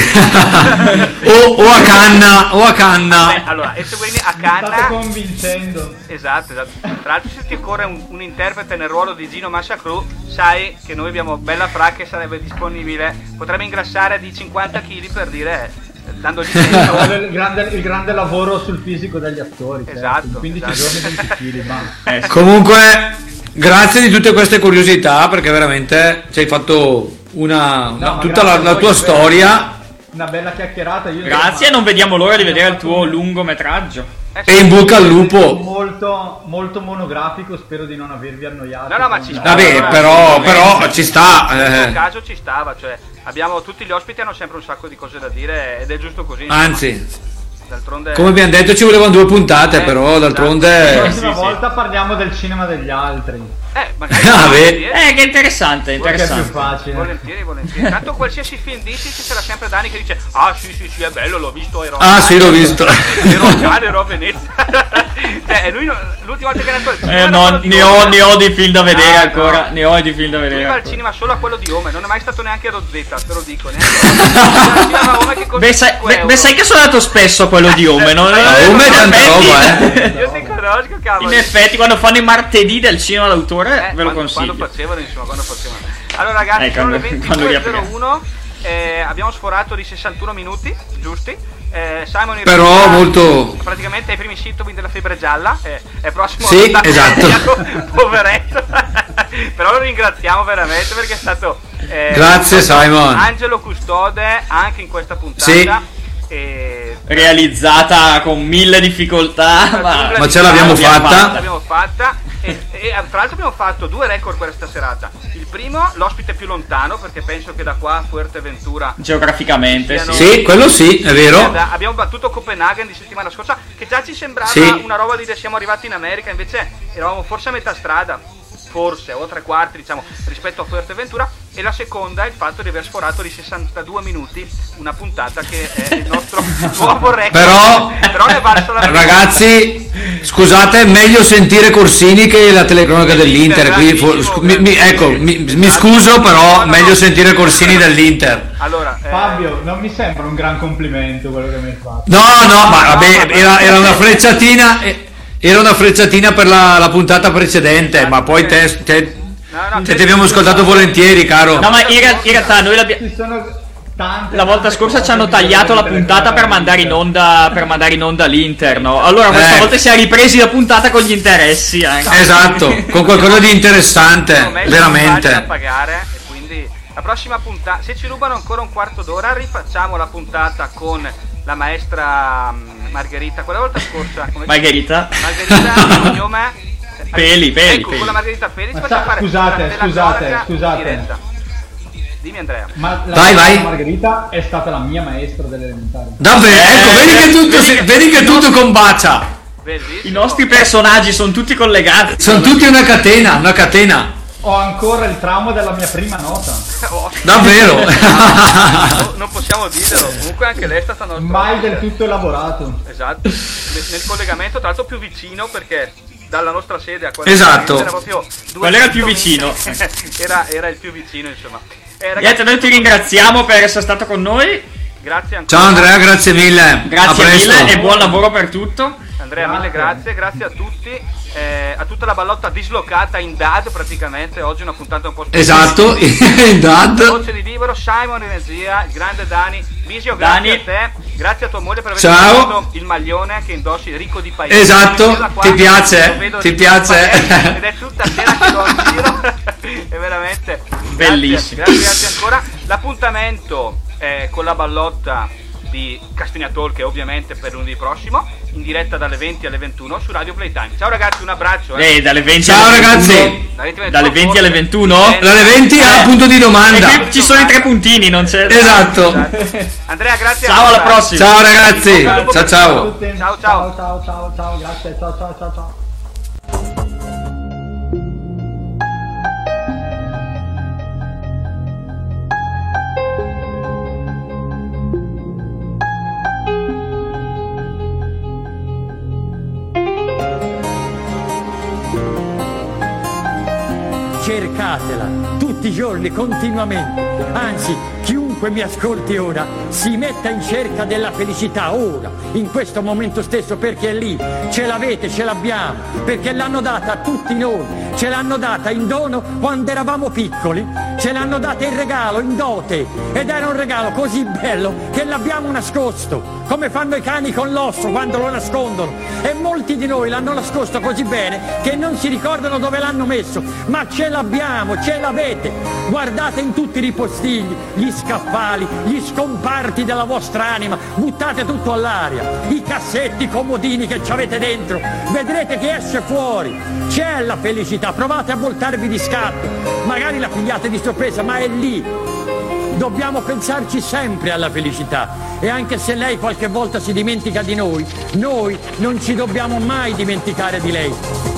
o a Canna. Allora, Ezio Guerini a Cannes. State convincendo. Esatto. Tra l'altro, se ti occorre un interprete nel ruolo di Gino Massacru, sai che noi abbiamo Bella Fra che sarebbe disponibile. Potrebbe ingrassare di 50 kg per dire. Dandogli il grande lavoro sul fisico degli attori. Esatto. 15 giorni 20 kg. Comunque, grazie di tutte queste curiosità, perché veramente ci hai fatto tutta la tua storia. Una bella chiacchierata. Grazie, e non vediamo l'ora di vedere il tuo lungometraggio. E in bocca al lupo. Molto, molto monografico, spero di non avervi annoiato. No, ma ci sta. Vabbè, però ci sta. In questo caso ci stava, cioè tutti gli ospiti hanno sempre un sacco di cose da dire ed è giusto così. Anzi, d'altronde... come abbiamo detto ci volevano 2 puntate, però d'altronde... La prossima volta parliamo del cinema degli altri. Magari che interessante. È più facile. Volentieri. Tanto qualsiasi film dici ci sarà sempre Dani che dice sì, è bello, l'ho visto, ero l'ho visto. ero a Venezia. Lui l'ultima volta che è andato al cinema ne ho di film da vedere ancora. Ne ho di film da vedere. Lui va al cinema solo a quello di Home, non è mai stato neanche a Rosetta, te lo dico. Sai che sono andato spesso a quello di Home, no? Home è tanta roba, Io ti conosco, cavolo. In effetti, quando fanno i martedì del cinema d'autore, ve lo consiglio. Quando facevano. Allora ragazzi, sono le 22:01, abbiamo sforato di 61 minuti, giusti? Simon in però realtà, molto praticamente ai primi sintomi della febbre gialla, è prossimo sì, esatto. Poveretto. Però lo ringraziamo veramente perché è stato grazie Simon, angelo custode anche in questa puntata. Sì. Realizzata con 1000 difficoltà, ma ce l'abbiamo fatta. E tra l'altro abbiamo fatto 2 record questa serata. Il primo, l'ospite più lontano, perché penso che da qua a Fuerteventura geograficamente sì, quello sì, è vero. Abbiamo battuto Copenaghen di settimana scorsa, che già ci sembrava una roba di siamo arrivati in America, invece eravamo forse a metà strada, forse o 3/4 diciamo rispetto a Fuerteventura. E la seconda è il fatto di aver sforato di 62 minuti una puntata che è il nostro nuovo record. Però ne è valso la pena. Ragazzi, scusate, meglio sentire Corsini che la telecronaca dell'Inter. Mi scuso, però meglio sentire Corsini dell'Inter. Allora, Fabio, non mi sembra un gran complimento quello che mi hai fatto. No, ma vabbè, era una frecciatina. Era una frecciatina per la puntata precedente, ma poi te ti abbiamo ascoltato volentieri, caro. No, ma in realtà noi la volta scorsa ci hanno tagliato la puntata per mandare in onda l'Inter, no? Allora questa volta si è ripresi la puntata con gli interessi anche. Esatto, con qualcosa di interessante, veramente. Da pagare, quindi la prossima puntata, se ci rubano ancora un quarto d'ora, rifacciamo la puntata con la maestra Margherita, quella volta scorsa. Margherita, il cognome Peli. Ecco, con la Margherita Peli ci facciamo fare scusate. Dimmi Andrea. Ma vai. Margherita è stata la mia maestra delle elementari. Davvero? Ecco, vedi che tutto combacia. Bellissimo. I nostri personaggi sono tutti collegati. Sono tutti una catena. Ho ancora il trauma della mia prima nota. Davvero? Non possiamo dirlo. Comunque anche lei è stata nostra. Mai del tutto elaborato. Esatto. Nel collegamento tra l'altro più vicino, perché dalla nostra sede a quella esatto. Era proprio quello era il più vicino. era il più vicino, insomma. Ragazzi, noi ti ringraziamo per essere stato con noi. Grazie ancora. Ciao Andrea, grazie mille. Grazie mille e buon lavoro per tutto. Andrea, mille grazie a tutti. A tutta la ballotta dislocata in DAD, praticamente oggi una puntata un po' speciale. Esatto, in DAD. Voce di libero, Simon in regia, il grande Dani. Bisio, grazie a te, grazie a tua moglie per aver fatto il maglione che indossi ricco di paese. Esatto, ti piace? Ed è tutta sera che lo giro. È veramente bellissimo. Grazie ancora. L'appuntamento con la ballotta di Castagna Talk è ovviamente per lunedì prossimo, in diretta dalle 20 alle 21 su Radio Playtime. Ciao ragazzi, un abbraccio. Dalle 20 ciao alle ragazzi. 21, dalle 20 alle 21? Dalle 20 a punto di domanda. E qui ci sono i 3 puntini, non c'è. Esatto. Andrea, grazie. Ciao, alla prossima. Ciao ragazzi. Ciao. Ciao, grazie. Ciao. Cercatela tutti i giorni, continuamente. Anzi, chiunque mi ascolti ora si metta in cerca della felicità ora, in questo momento stesso, perché è lì. Ce l'avete, ce l'abbiamo, perché l'hanno data a tutti noi. Ce l'hanno data in dono quando eravamo piccoli, ce l'hanno data in regalo, in dote, ed era un regalo così bello che l'abbiamo nascosto, come fanno i cani con l'osso quando lo nascondono, e molti di noi l'hanno nascosto così bene che non si ricordano dove l'hanno messo, ma ce l'abbiamo, ce l'avete. Guardate in tutti i ripostigli, gli scaffali, gli scomparti della vostra anima, buttate tutto all'aria, i cassetti, i comodini che ci avete dentro, vedrete che esce fuori. C'è la felicità, provate a voltarvi di scatto, magari la pigliate di sorpresa, ma è lì. Dobbiamo pensarci sempre alla felicità, e anche se lei qualche volta si dimentica di noi non ci dobbiamo mai dimenticare di lei.